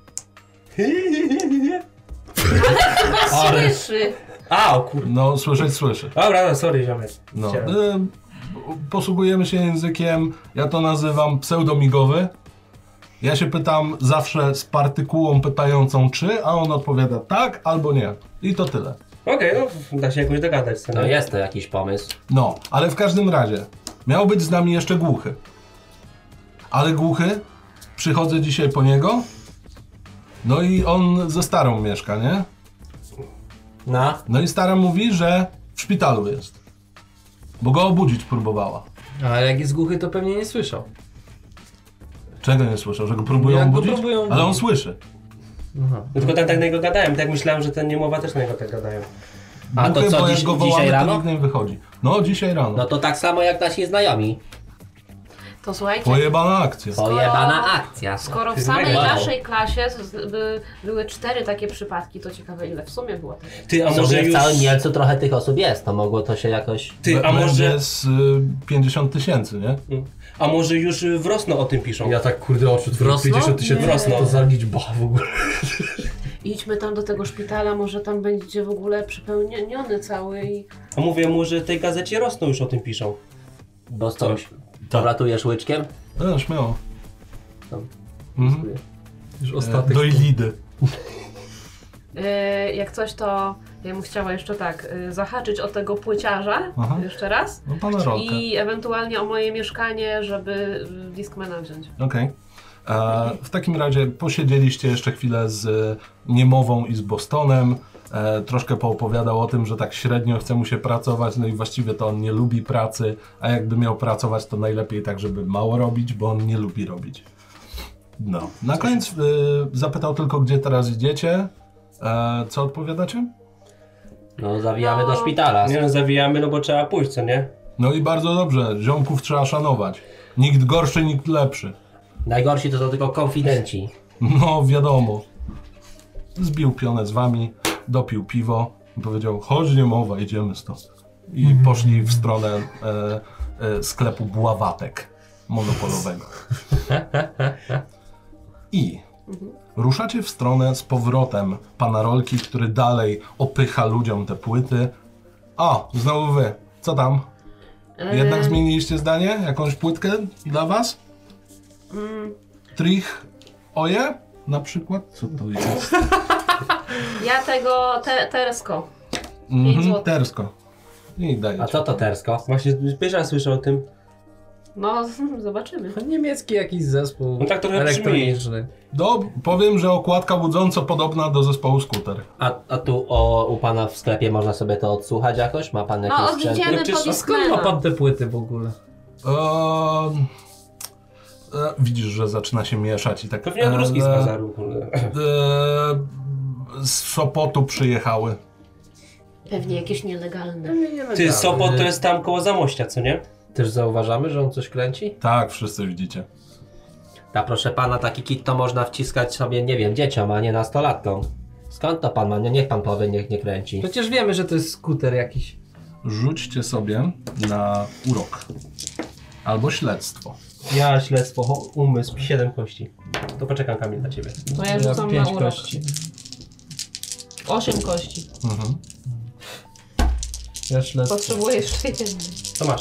Chyba słyszy. A, o kur... No, słyszeć słyszy. Dobra, no, sorry, ziomek. No. Chciałem. E, posługujemy się językiem, ja to nazywam pseudomigowy. Ja się pytam zawsze z partykułą pytającą czy, a on odpowiada tak albo nie. I to tyle. Okej, no da się jakoś dogadać. co No nie? jest to jakiś pomysł. No, ale w każdym razie miał być z nami jeszcze głuchy. Ale głuchy, przychodzę dzisiaj po niego, no i on ze starą mieszka, nie? No. No i stara mówi, że w szpitalu jest. Bo go obudzić próbowała. A jak jest głuchy, to pewnie nie słyszał. Czego nie słyszał? Że go próbują Jak go obudzić? próbują Ale on obudzić. słyszy. Aha. No tylko tak, tak na niego gadałem, tak myślałem, że ten niemowa też na niego tak gadają. A to Buchy, co, bo jak dziś, go wołamy, dzisiaj to rano? nikt nie wychodzi. No, dzisiaj rano. No to tak samo jak nasi znajomi. To słuchajcie, Pojebana akcja. Pojebana akcja. skoro w Ty samej mega. naszej klasie z- by, były cztery takie przypadki, to ciekawe ile w sumie było takich. Ty, a Może może w już... całym Mielcu trochę tych osób jest, to mogło to się jakoś... Ty, a Będzie może... z y, pięćdziesiąt tysięcy, nie? A może już w Rosno o tym piszą? Ja tak kurde oczu Wrosną? pięćdziesiąt tysięcy Nie. rosną. To za liczba w ogóle. Idźmy tam do tego szpitala, może tam będzie w ogóle przepełniony cały i... A mówię mu, że tej gazecie Rosno już o tym piszą. Bo coś. Powratujesz łyczkiem? No, śmiało. Tam. Mhm. Już E, ostatek. do Ilidy. Yy, jak coś, to ja bym chciała jeszcze tak, yy, zahaczyć o tego płyciarza Aha. jeszcze raz No, pana Rolkę. i ewentualnie o moje mieszkanie, żeby yy, Discmana wziąć. Okej. E, W takim razie posiedzieliście jeszcze chwilę z Niemową i z Bostonem. E, troszkę poopowiadał o tym, że tak średnio chce mu się pracować, no i właściwie to on nie lubi pracy, a jakby miał pracować, to najlepiej tak, żeby mało robić, bo on nie lubi robić. No. Na koniec e, zapytał tylko, gdzie teraz idziecie. E, co odpowiadacie? No zawijamy No. do szpitala. Nie no, zawijamy, no bo trzeba pójść, co nie? No i bardzo dobrze, ziomków trzeba szanować. Nikt gorszy, nikt lepszy. Najgorsi to są tylko konfidenci. No wiadomo. Zbił pionę z wami, dopił piwo i powiedział, chodź Niemowa, idziemy stąd. I poszli w stronę e, e, sklepu Bławatek monopolowego. I ruszacie w stronę z powrotem pana Rolki, który dalej opycha ludziom te płyty. O, znowu wy. Co tam? Jednak Yy, zmieniliście zdanie? Jakąś płytkę dla was? mm, Trich oje? Na przykład? Co to jest? ja tego te, Tersko. Mhm, złotych. Tersko. I daję. A co to Tersko? Właśnie pierwszy raz słyszę o tym. No, zobaczymy. Niemiecki jakiś zespół No tak trochę brzmi. elektroniczny. Do, powiem, że okładka budząco podobna do zespołu Skuter. A, a tu o, u pana w sklepie można sobie to odsłuchać jakoś? Ma pan jakieś No, sprzęty? odjedziemy przecież- po a Skąd ma Discmana. pan te płyty w ogóle? Eee, e, widzisz, że zaczyna się mieszać i tak. Pewnie od ruskich z e, bazaru, kurde. e, z Sopotu przyjechały. Pewnie jakieś nielegalne. Ty, Sopot to jest tam koło Zamościa, co nie? Też zauważamy, że on coś kręci? Tak, wszyscy widzicie. A proszę pana, taki kit to można wciskać sobie, nie wiem, dzieciom, a nie nastolatkom. Skąd to pan ma? Nie, niech pan powie, niech nie kręci. Przecież wiemy, że to jest skuter jakiś. Rzućcie sobie na urok. Albo śledztwo. Ja śledztwo, ho- umysł, siedem kości. To poczekam, Kamil, na ciebie. To ja rzucam na pięć urok. kości. Osiem kości. Mhm. Ja śledztwo. Potrzebuję jeszcze jeden. To masz.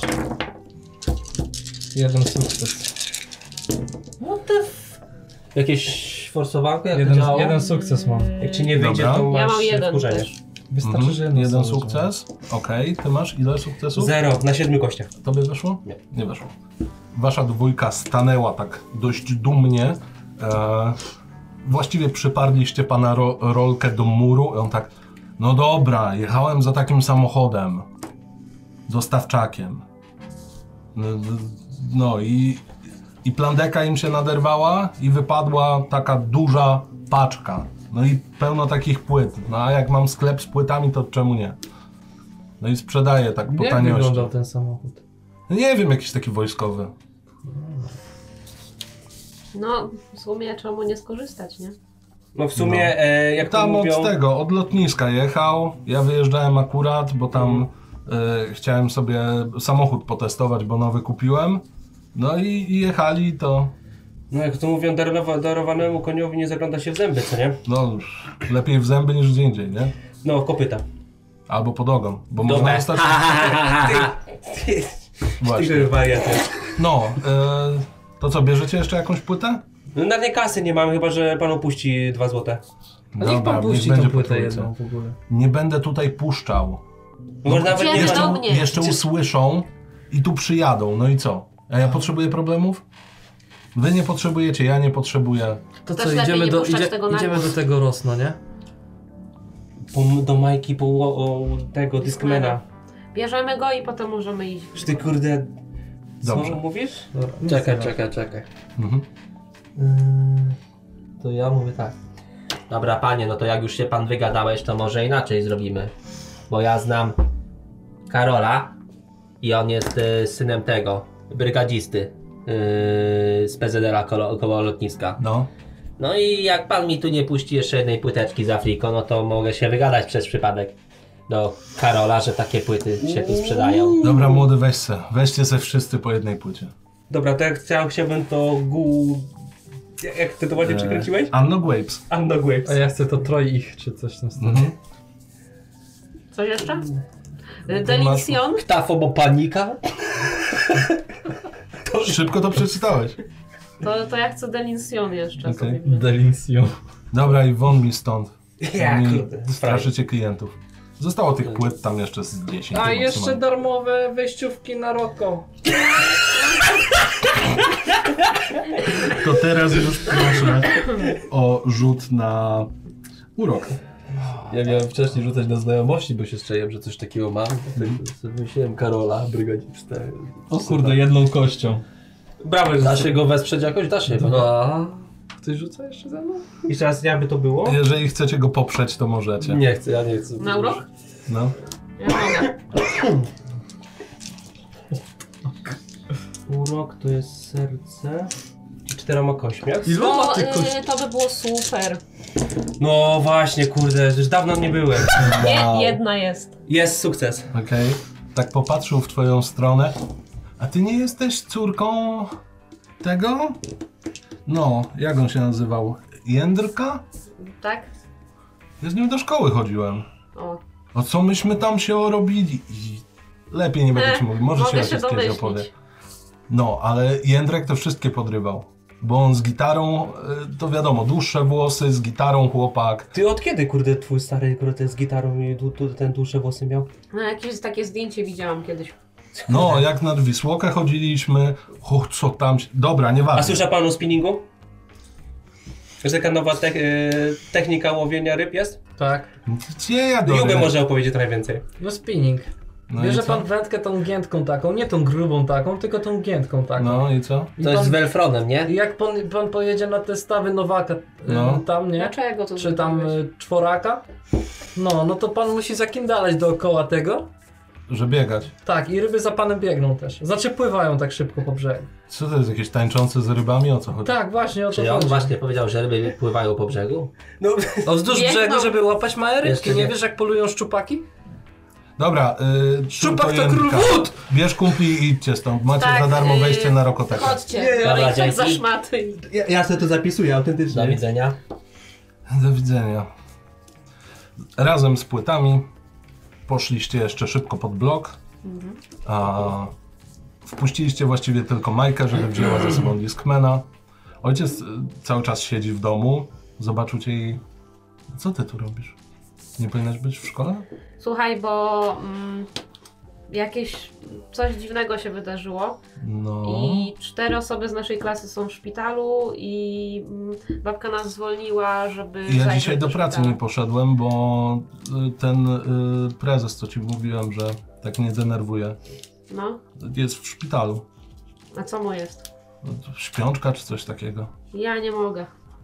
Jeden sukces. What the f... Jakieś forsowanko? Jak Jeden, to działało? jeden sukces mam. Jak ci nie wyjdzie, Dobra. to masz Ja mam jeden wkurzenie. też. Wystarczy, Mhm. że jeden, Jeden sobie sukces. Okej, ty masz ile sukcesów? Zero, na siedmiu kościach. Tobie weszło? Nie. Nie weszło. Wasza dwójka stanęła tak dość dumnie. E, właściwie przyparliście pana ro, Rolkę do muru i on tak, no dobra, jechałem za takim samochodem. Dostawczakiem. No, no i, i plandeka im się naderwała i wypadła taka duża paczka. No i pełno takich płyt. No a jak mam sklep z płytami, to czemu nie? No i sprzedaję tak po Jak taniości. wyglądał ten samochód? Nie wiem, jakiś taki wojskowy. No, w sumie czemu nie skorzystać, nie? No w sumie, e, jak to Tam mówią... od tego, od lotniska jechał. Ja wyjeżdżałem akurat, bo tam e, chciałem sobie samochód potestować, bo nowy kupiłem. No i, i jechali to, No jak to mówią, darowa, darowanemu koniowi nie zagląda się w zęby, co nie? no lepiej w zęby niż gdzie indziej, nie? No, kopyta. Albo pod ogon, bo można dostać... Właśnie. Ty wariaty. No, e, to co, bierzecie jeszcze jakąś płytę? No na tej kasy nie mamy, chyba że pan opuści dwa złote. A niech pan puści będzie tą po płytę trójce. jedną w ogóle. Nie będę tutaj puszczał. No, może nawet nie Idziemy ma... do mnie. Jeszcze usłyszą i tu przyjadą, no i co? A ja potrzebuję problemów? Wy nie potrzebujecie, ja nie potrzebuję. To Też co, lepiej idziemy nie do, puszczać idzie, tego na idziemy głos. do tego Rosno, nie? Po, do Majki, po o, tego Discmana. Discmana. Bierzemy go i potem możemy iść. Czy ty kurde... Co Dobrze. mówisz? Dobra, Czekaj, czekaj, czekaj. Mhm. Yy, to ja mówię tak. Dobra panie, no to jak już się pan wygadałeś, to może inaczej zrobimy. bo ja znam Karola i on jest y, synem tego, brygadzisty y, z P Z L-a koło, koło lotniska. No. No i jak pan mi tu nie puści jeszcze jednej płyteczki z Afriką, no to mogę się wygadać przez przypadek do Karola, że takie płyty się tu sprzedają. Dobra, młody, weź se. Weźcie se wszyscy po jednej płycie. Dobra, to jak chciał, chciałbym to gu... Jak, jak ty to ładnie E, przekręciłeś? Anno Gwapes. Anno Waves. A ja chcę to troj ich, czy coś w tym stylu. Mhm. Coś jeszcze? Delicjon? Ktafobopanika? Szybko to przeczytałeś. To, to ja chcę Delicjon jeszcze Okej. sobie. Delincją. Dobra, i won mi stąd. Ja, Mi kurde. straszycie klientów. Zostało tych płyt tam jeszcze z dziesięć. A jeszcze maksymalnie. darmowe wejściówki na Roko. To teraz już proszę o rzut na urok. Ja miałem wcześniej rzucać na znajomości, bo się strzeliłem, że coś takiego mam. Tak sobie wymyśliłem Karola, brygadzistę. O kurde, jedną kością. Brawo, że Da się go wesprzeć jakoś? Da się. Dwa. Ktoś rzuca jeszcze ze mną? Jeszcze raz, jakby to było? Jeżeli chcecie go poprzeć, to możecie. Nie chcę, ja nie chcę. Na urok? No. Ja mogę. Urok to jest serce. I czteroma kośćmi. Iloma To, ty y, kości? to by było super. No właśnie, kurde, już dawno nie byłem. Nie, jedna jest. Jest sukces. Okej. Tak popatrzył w twoją stronę. A ty nie jesteś córką tego? No, jak on się nazywał? Jędrka? Tak? Ja z nim do szkoły chodziłem. O. O co myśmy tam się robili? I lepiej nie będę Eh, ci mówił, może ci mogę się ojciec kiedyś domyślić. opowie. No, ale Jędrek to wszystkie podrywał. Bo on z gitarą, y, to wiadomo, dłuższe włosy, z gitarą chłopak. Ty od kiedy, kurde, twój stary, kurde, z gitarą i tu, tu, ten dłuższe włosy miał? No jakieś takie zdjęcie widziałam kiedyś. No, jak nad Wisłokę chodziliśmy, o co tam się... Dobra, A nieważne. słyszał pan o spinningu? Że taka nowa te y, technika łowienia ryb jest? Tak. Gdzie ja do Jubę może opowiedzieć trochę więcej. No spinning. No i Bierze co? pan wędkę tą giętką taką, nie tą grubą taką, tylko tą giętką taką. No i co? I To jest z pan, Welfronem, nie? i jak pan, pan pojedzie na te stawy Nowaka, No. no. tam, nie? Dlaczego to Czy tam zrobiłeś? y, czworaka, no, no to pan musi zakindalać dookoła tego. Że biegać. Tak, i ryby za panem biegną też. Znaczy pływają tak szybko po brzegu. Co to jest, jakieś tańczące z rybami? O co chodzi? Tak, właśnie o to Czy on chodzi. właśnie powiedział, że ryby pływają po brzegu? No, O wzdłuż Biegną. brzegu, żeby łapać małe rybki. Jeszcze Nie nie. wiesz jak polują szczupaki? Dobra, y, Szczupak to Jędrka. król wód! Bierz kumpli i idźcie stąd. Macie Tak, za darmo y, wejście na Rokotekę. Chodźcie, Nie, nie, biorę dobra, ich tak za dzięki. szmaty. ja, ja sobie to zapisuję autentycznie. Do widzenia. Do widzenia. Razem z płytami poszliście jeszcze szybko pod blok. A wpuściliście właściwie tylko Majkę, żeby wzięła ze sobą Discmana. Ojciec y, cały czas siedzi w domu. Zobaczył cię i... Co ty tu robisz? Nie powinnaś być w szkole? Słuchaj, bo mm, jakieś coś dziwnego się wydarzyło No... i cztery osoby z naszej klasy są w szpitalu i mm, babka nas zwolniła, żeby Ja zajrzeć dzisiaj do pracy szpitala. nie poszedłem, bo y, ten y, prezes, co ci mówiłem, że tak mnie denerwuje, No, jest w szpitalu. a co mu jest? No, to śpiączka czy coś takiego. Ja nie mogę.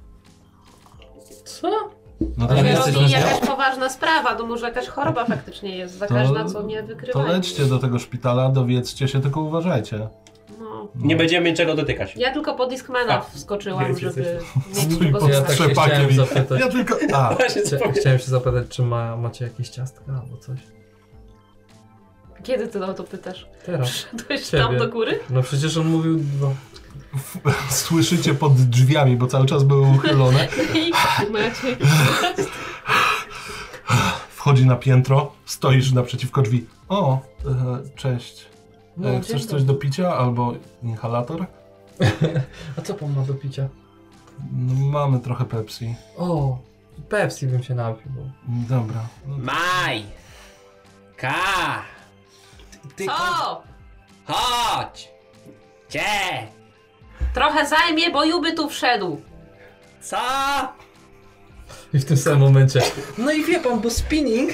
Co? No to, To Ale jest, jesteś jest na jakaś poważna sprawa, to może jakaś choroba faktycznie jest zakaźna, co nie to wykrywają. lećcie do tego szpitala, dowiedzcie się, tylko uważajcie. No. Nie będziemy niczego dotykać. Ja tylko po Discmana A, wskoczyłam, jest, żeby jest, mieć Twój tego pod Ja słuchać. tak się strzepakiem chciałem i- zapytać. Ja tylko... A, Właśnie co Chcia, powiem. chciałem się zapytać, czy ma, macie jakieś ciastka albo coś. Kiedy ty o to pytasz? Teraz. Szedłeś Ciebie. tam do góry? No przecież on mówił, no, słyszycie pod drzwiami, bo cały czas były uchylone. I Maciej. Wchodzi na piętro, stoisz naprzeciwko drzwi. O, e, cześć. No, E, dzień chcesz dobry. coś do picia albo inhalator? A co pan ma do picia? No, mamy trochę Pepsi. O, Pepsi bym się napił. Bo... Dobra. No, Maj! Ka! Ty, Co? Chodź! Cie! Trochę zajmie, bo Juby tu wszedł. Co? I w tym samym momencie. No i wie pan, bo spinning,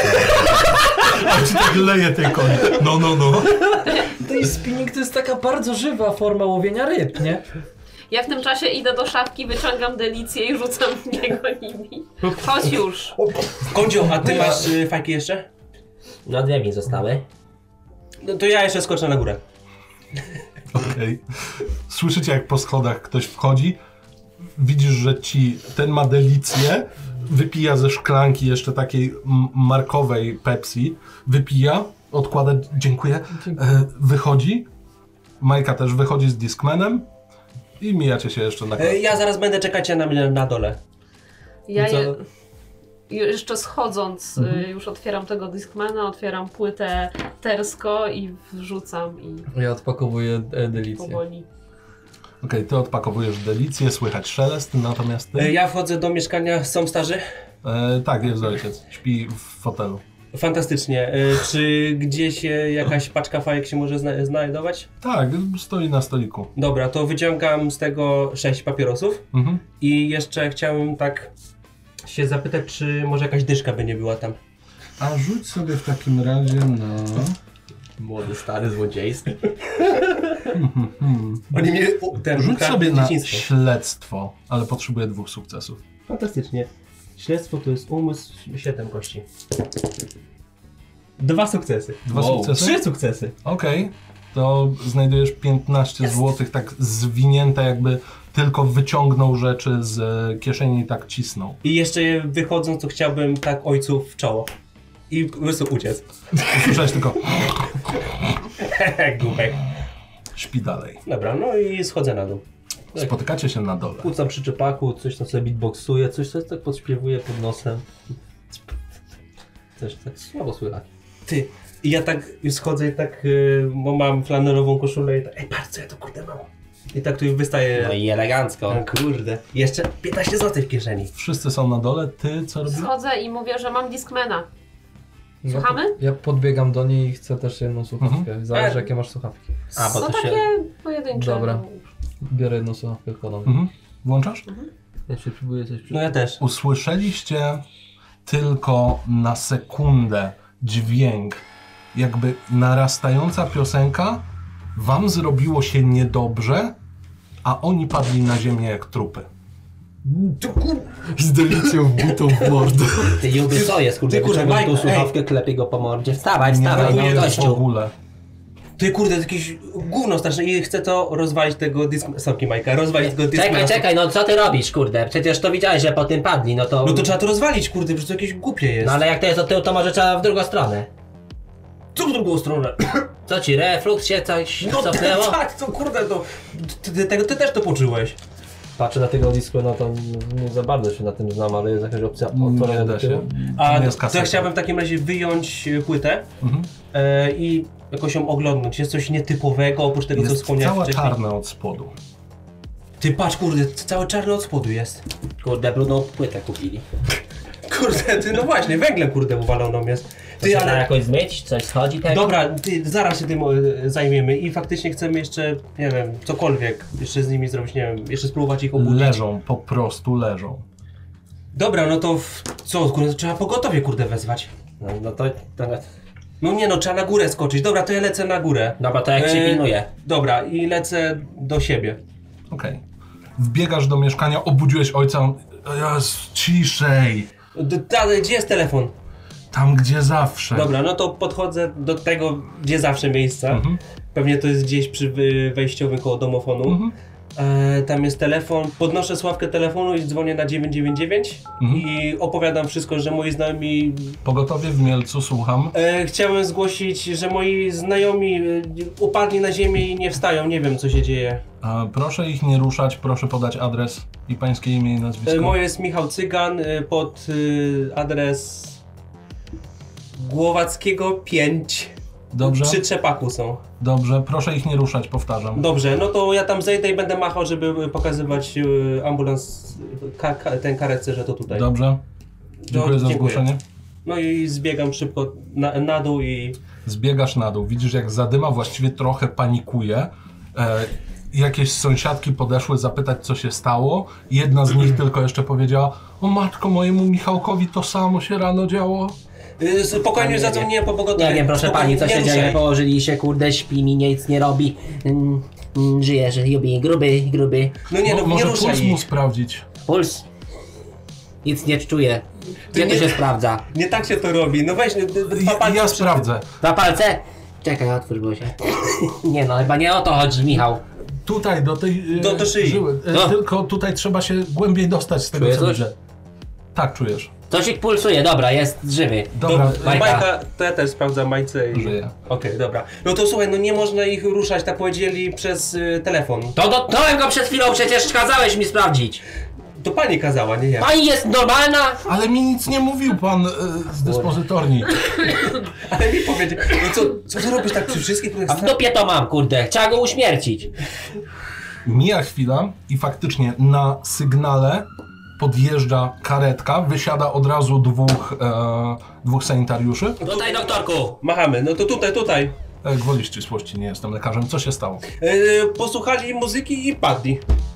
a ci tak leje tej koń. No, no, no. to i spinning to jest taka bardzo żywa forma łowienia ryb, nie? Ja w tym czasie idę do szafki, wyciągam delicję i rzucam w niego nimi. Chodź już. Kondzio, a ty masz y, fajki jeszcze? No dwie mi zostały. No to ja jeszcze skoczę na górę. Okej. Słyszycie, jak po schodach ktoś wchodzi. Widzisz, że ci ten ma delicję. Wypija ze szklanki jeszcze takiej m- markowej Pepsi. Wypija, odkłada, dziękuję. E, wychodzi. Majka też wychodzi z Discmanem. I mijacie się jeszcze na E, klatce. ja zaraz będę czekać na mnie na dole. Ja I co? je, jeszcze schodząc y, już otwieram tego Discmana, otwieram płytę Tersko i wrzucam i Ja odpakowuję e, delicję. powoli. Okej, ty odpakowujesz delicję, słychać szelest, natomiast ty... E, ja wchodzę do mieszkania, są starzy? E, tak, jest ojciec. Śpi w fotelu. Fantastycznie. E, czy gdzieś e, jakaś paczka fajek się może zna- znajdować? Tak, stoi na stoliku. Dobra, to wyciągam z tego sześć papierosów Mhm. i jeszcze chciałem tak się zapytać, czy może jakaś dyszka by nie była tam. A rzuć sobie w takim razie na... Młody, stary, złodziejski. Hmm. Oni mnie u, ten Rzuć ukradli sobie na dzieciństwo. śledztwo, ale potrzebuję dwóch sukcesów. Fantastycznie. Śledztwo to jest umysł, siedem kości. Dwa sukcesy. Dwa Wow. sukcesy? Trzy sukcesy. Okej, to znajdujesz piętnaście złotych tak zwinięte, jakby tylko wyciągnął rzeczy z kieszeni i tak cisnął. I jeszcze wychodząc, to chciałbym tak ojcu w czoło. I po prostu uciec. Słyszałeś tylko, Głupek. śpi dalej. Dobra, no i schodzę na dół. Spotykacie się na dole. Kłócam przy czepaku, coś tam sobie beatboxuje, coś coś tak podśpiewuje pod nosem. Też tak słabo słychać. Ty. I ja tak schodzę i tak, yy, bo mam flanerową koszulę i tak, ej patrz co ja to kurde mam. I tak tu wystaje. No i elegancko. O kurde. Jeszcze piętnaście złotych w kieszeni. Wszyscy są na dole, ty co robisz? Schodzę i mówię, że mam Discmana. Ja Słuchamy? po- Ja podbiegam do niej i chcę też jedną słuchawkę. Mhm. Zależy E. jakie masz słuchawki. A, bo No to takie się... pojedyncze. Dobra. no. Biorę jedną słuchawkę, wkładam. Mhm. Włączasz? Ja się próbuję coś... No ja też. Usłyszeliście tylko na sekundę dźwięk, jakby narastająca piosenka, wam zrobiło się niedobrze, a oni padli na ziemię jak trupy. Z delicją wbitą w mordę. Ty Juby, co jest, kurde, ty, kurde, wyciągnął tą Majka, słuchawkę, klepie go po mordzie. Wstawaj, Nie wstawaj, reagujesz no w gościu. ogóle. Ty kurde, jakieś gówno straszne i chcę to rozwalić tego disk... Sorki Majka, rozwalić tego disk... Czekaj, czekaj, no co ty robisz, kurde? Przecież to widziałeś, że po tym padli, no to... No to trzeba to rozwalić, kurde, przecież to jakieś głupie jest. No ale jak to jest od tyłu, to może trzeba w drugą stronę. Co w drugą stronę? Co ci, reflux się coś No cofnęło? tak, to kurde, to... Ty, ty, ty, ty też to poczułeś. Patrzę na tego disco, no to nie, nie za bardzo się na tym znam, ale jest jakaś opcja Nie otworzenia da do się. tyłu. A To nie jest to ja kaseta. chciałbym w takim razie wyjąć e, płytę Mhm. e, i jakoś ją oglądnąć. Jest coś nietypowego, oprócz tego, co Jest wspomniałem cała wcześniej. czarna od spodu. Ty patrz, kurde, całe czarne od spodu jest. Kurde, brudną płytę kupili. Kurde, ty, no właśnie, węglem, kurde, uwaloną jest. To Ty, się da ale... jakoś zmyć? Coś schodzi tego? Dobra, ty, zaraz się tym e, zajmiemy i faktycznie chcemy jeszcze, nie wiem, cokolwiek jeszcze z nimi zrobić, nie wiem, jeszcze spróbować ich obudzić. Leżą, po prostu leżą. Dobra, no to w... co, kurde, trzeba pogotowie, kurde, wezwać. No, no to... to... No nie no, trzeba na górę skoczyć. Dobra, to ja lecę na górę. Dobra, to jak się E, pilnuje? Dobra, i lecę do siebie. Okej. Wbiegasz do mieszkania, obudziłeś ojca. on- Jezu, ciszej! D- dalej, gdzie jest telefon? Tam, gdzie zawsze. Dobra, no to podchodzę do tego, gdzie zawsze miejsca. Mhm. Pewnie to jest gdzieś przy wy- wejściowym koło domofonu. Mhm. E, tam jest telefon, podnoszę sławkę telefonu i dzwonię na dziewięć dziewięć dziewięć Mhm. i opowiadam wszystko, że moi znajomi... Pogotowie w Mielcu, słucham. E, chciałem zgłosić, że moi znajomi e, upadli na ziemię i nie wstają, nie wiem co się dzieje. A proszę ich nie ruszać, proszę podać adres i pańskie imię i nazwisko. E, moje jest Michał Cygan e, pod e, adres Głowackiego pięć. Dobrze, Przy Trzepaku są. dobrze, proszę ich nie ruszać, powtarzam. Dobrze, no to ja tam zejdę i będę machał, żeby pokazywać e, ambulans, ka, ka, ten karetce, że to tutaj. Dobrze, dziękuję za dziękuję. zgłoszenie. No i zbiegam szybko na, na dół i... Zbiegasz na dół, widzisz jak zadyma, właściwie trochę panikuje. E, jakieś sąsiadki podeszły zapytać, co się stało. Jedna z nich tylko jeszcze powiedziała: o matko, mojemu Michałkowi to samo się rano działo. Yy, spokojnie, nie zadzwoniłem po pogotowie. Nie wiem, proszę Spokojnie, pani, co nie się dzieje, ruszaj. położyli się, kurde, śpi mi, nic nie robi. Mm, mm, żyje, że lubi, gruby, gruby. No nie, Mo- no nie może ruszaj puls mu ich. sprawdzić. Puls. Nic nie czuję. Gdzie nie- to się sprawdza? Nie tak się to robi, no weź, d- d- dwa Ja, palce ja przy- sprawdzę. Dwa palce? Czekaj, otwórz go się. Nie no, chyba nie o to chodzi, Michał. Tutaj do tej e, Do- do szyi. żyły. E, No. Tylko tutaj trzeba się głębiej dostać z tego, Czujesz co coś? widzę. Tak, czujesz. Coś ich pulsuje, dobra, jest żywy. Dobra, Do, Majka. Majka, to ja też sprawdzam Majce i... żyję. Okej, dobra. No to słuchaj, no nie można ich ruszać, tak powiedzieli, przez y, telefon. To dotknąłem go przed chwilą, przecież kazałeś mi sprawdzić. To pani kazała, nie ja. Pani jest normalna? Ale mi nic nie mówił pan e, z dyspozytorni. Ale mi powiedział, no co, co ty robisz tak przy wszystkich? A w dupie to mam, kurde, trzeba go uśmiercić. Mija chwila i faktycznie na sygnale podjeżdża karetka, wysiada od razu dwóch, e, dwóch sanitariuszy. Tutaj, doktorku. Machamy, no to tutaj, tutaj. E, gwoli ścisłości, nie jestem lekarzem. Co się stało? Yy, posłuchali muzyki i padli.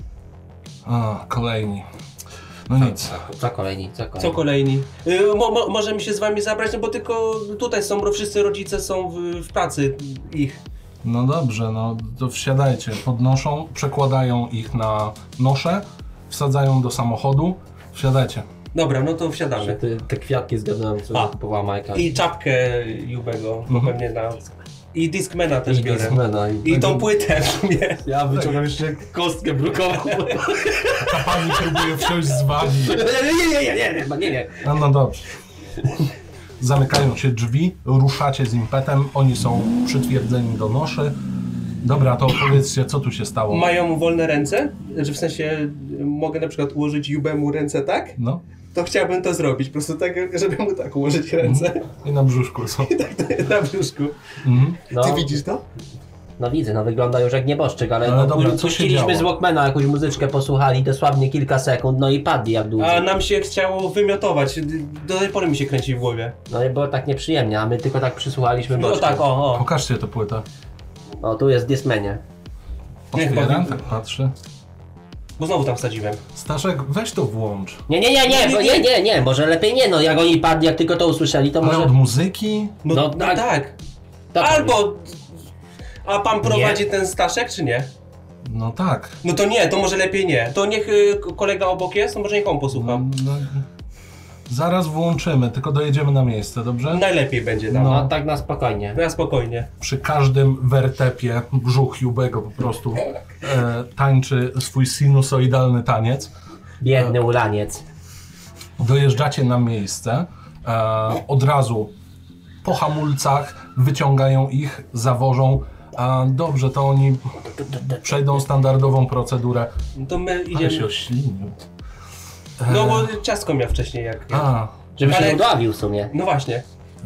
A, kolejni. No nic. Co kolejni, co kolejni? Co kolejni? Yy, mo, mo, możemy się z wami zabrać, no bo tylko tutaj są, bo wszyscy rodzice są w, w pracy ich. No dobrze, no to wsiadajcie. Podnoszą, przekładają ich na nosze, wsadzają do samochodu. Wsiadajcie. Dobra, no to wsiadamy. Te, te kwiatki zgadnąłem, co A. kupowała Majka. I czapkę Jubego, bo pewnie na... I Discmana też I biorę. Discmana, i- I tą płytę w sumie. Ja wyciągam jeszcze kostkę brukową. Ta pani próbuje wsiąść z wami. Nie, nie, nie, nie, nie, nie, nie. No, no dobrze. Zamykają się drzwi, ruszacie z impetem, oni są przytwierdzeni do noszy. Dobra, to opowiedzcie, co tu się stało. Mają wolne ręce? Że w sensie mogę na przykład ułożyć Jubemu ręce tak? No To chciałbym to zrobić, po prostu tak, żeby mu tak ułożyć ręce. i na brzuszku są. Tak to jest na brzuszku. Mhm. No, Ty widzisz to? no widzę, no wygląda już jak nieboszczyk, ale, Ale no, dobra, co się puściliśmy działo? z Walkmana jakąś muzyczkę, posłuchali dosłownie kilka sekund, no i padli jak długo. A nam się chciało wymiotować. Do tej pory mi się kręci w głowie. No i było tak nieprzyjemnie, a my tylko tak przysłuchaliśmy No boczkiem. tak, o, o. Pokażcie tę płytę. O, tu jest Discmanie. Nie, chyba Otwieram, wi- tak patrzy. Bo znowu tam wsadziłem. Staszek, weź to włącz. Nie, nie, nie, nie, bo nie, nie, nie, może lepiej nie, no jak oni padli, jak tylko to usłyszeli, to Ale może... od muzyki? No, No no tak. tak. To- Albo... A pan prowadzi ten Staszek, czy nie? No tak. No to nie, to może lepiej nie. To niech y, kolega obok jest, to może niech on posłucha. No, zaraz włączymy, tylko dojedziemy na miejsce, dobrze? Najlepiej będzie tam. No. No tak na spokojnie. Na spokojnie. Przy każdym wertepie brzuch Jubego po prostu e, tańczy swój sinusoidalny taniec. Biedny ulaniec. Dojeżdżacie na miejsce, e, od razu po hamulcach wyciągają ich, zawożą. A dobrze, to oni przejdą standardową procedurę. No to my Ale się idziemy. oślinił. No bo ciastko miał wcześniej jak... A, Żeby Ale- się udławił w sumie. No właśnie. e,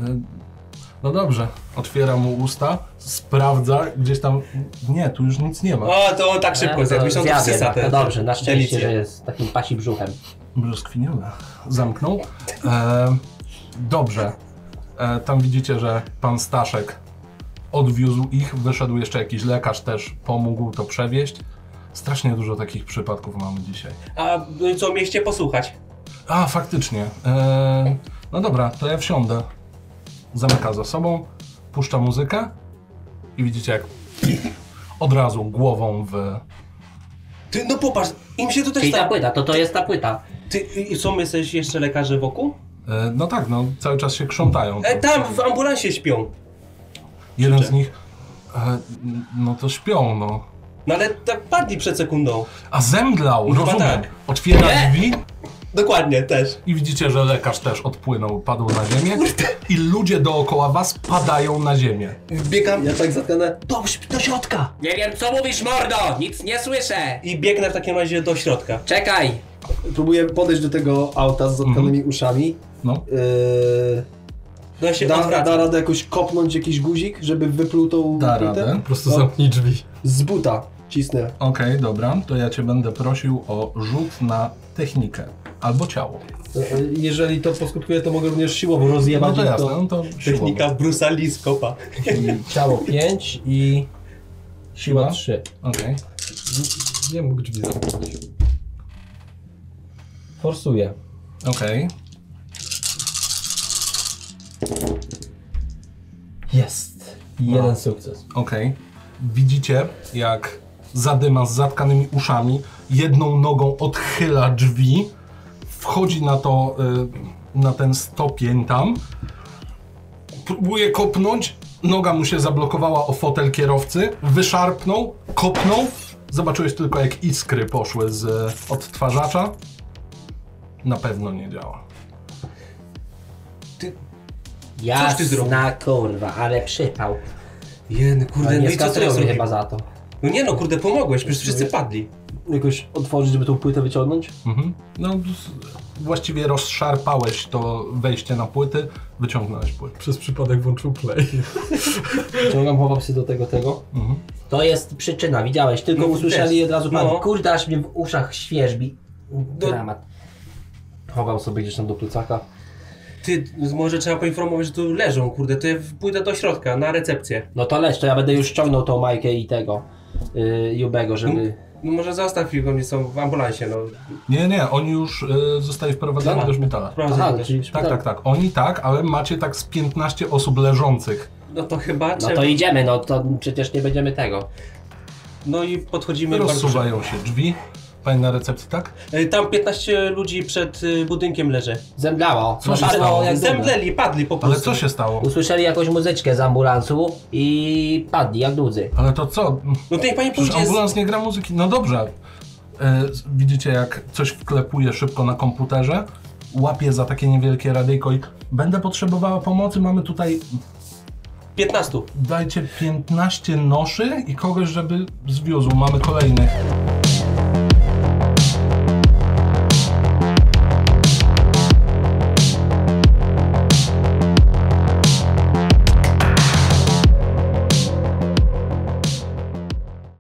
no dobrze. Otwiera mu usta, sprawdza, gdzieś tam... Nie, tu już nic nie ma. O, to on tak szybko zjadł. Myślę, że on to zjadł wsysa jednak. te To dobrze, na szczęście, delicje. że jest takim pasi brzuchem. Brzoskwiniowe. Zamknął. E, dobrze. E, tam widzicie, że pan Staszek odwiózł ich, wyszedł jeszcze jakiś lekarz też, pomógł to przewieźć. Strasznie dużo takich przypadków mamy dzisiaj. A y, co, mieliście posłuchać? A, faktycznie. E, no dobra, to ja wsiądę. Zamyka za sobą, puszcza muzykę i widzicie jak od razu głową w... Ty, no popatrz, im się tutaj Czyli ta stało. płyta, to to jest ta płyta. Ty, i co, my jesteś jeszcze lekarze wokół? E, no tak, no cały czas się krzątają. E, tam, w ambulansie śpią. Jeden z nich... E, no to śpią, no. No ale tak padli przed sekundą. A zemdlał, Chyba rozumiem. tak. Otwiera Nie. drzwi Dokładnie, też. i widzicie, że lekarz też odpłynął, padł na ziemię i ludzie dookoła was padają na ziemię. Wbiegam Ja tak zatkane. do, do środka. Nie wiem co mówisz, mordo! Nic nie słyszę! I biegnę w takim razie do środka. Czekaj! Próbuję podejść do tego auta z zatkanymi uszami. No, Yy, No ja się da, odwracam. da radę jakoś kopnąć jakiś guzik, żeby wypluł tą da płytę? radę. Po prostu No, zamknij drzwi. z buta cisnę. Okej, dobra, to ja cię będę prosił o rzut na technikę albo ciało. Yy, Jeżeli to poskutkuje, to mogę również siłowo rozjebać. No to im jasne, no to Technika Bruce'a Lee z kopa. Czyli ciało pięć i siła Siła? trzy. Okej. Nie mógł drzwi zamknąć. Forsuję. Okej. Jest. Jeden No. sukces. Okej. Widzicie, jak zadyma z zatkanymi uszami jedną nogą odchyla drzwi, wchodzi na to, y, na ten stopień tam, próbuje kopnąć, noga mu się zablokowała o fotel kierowcy, wyszarpnął, kopnął, zobaczyłeś tylko jak iskry poszły z y, odtwarzacza. Na pewno nie działa. ty zrobił? Jasna kurwa, ale przypał. Jen, kurde, Ale no nie i co teraz skasują mnie zrobił? chyba za to. No nie no, kurde, pomogłeś, przecież wszyscy padli. Jakoś otworzyć, żeby tą płytę wyciągnąć? Mhm. No, z- właściwie rozszarpałeś to wejście na płyty, wyciągnąłeś płytę. Przez przypadek włączył play. Ciągam, chowam się do tego, tego. Mhm. To jest przyczyna, widziałeś, tylko No, usłyszeli i wiesz, od razu no. pan, kurde, aż mnie w uszach świeżbi. Dramat. Chowam sobie gdzieś tam do plecaka. Ty, może trzeba poinformować, że tu leżą, kurde, to ja pójdę do środka, na recepcję. No to leć, to ja będę już ściągnął tą Majkę i tego, yy, Jubego, żeby... No może zostaw ich, oni są w ambulansie, no. Nie, nie, oni już y, zostali wprowadzeni Dobra. do szpitala. Sprawdzę Aha, też. czyli Tak, tak, tak. Oni tak, ale macie tak z piętnaście osób leżących. No to chyba No trzeba. to idziemy, no to przecież nie będziemy tego. No i podchodzimy bardzo Rozsuwają się drzwi. Pani na recepcji, tak? szybko. Y, Tam piętnaście ludzi przed y, budynkiem leży. Zemdlało. Co się No, stało? jak dumne. Zemdleli, padli po prostu. Ale co się stało? Usłyszeli jakąś muzyczkę z ambulansu i padli jak dudzy. Ale to co? No to niech pani Przecież pójdzie z... ambulans nie gra muzyki. No dobrze. E, widzicie jak coś wklepuje szybko na komputerze, łapie za takie niewielkie radyjko i będę potrzebowała pomocy, mamy tutaj, piętnastu. dajcie piętnaście noszy i kogoś, żeby zwiózł, mamy kolejnych.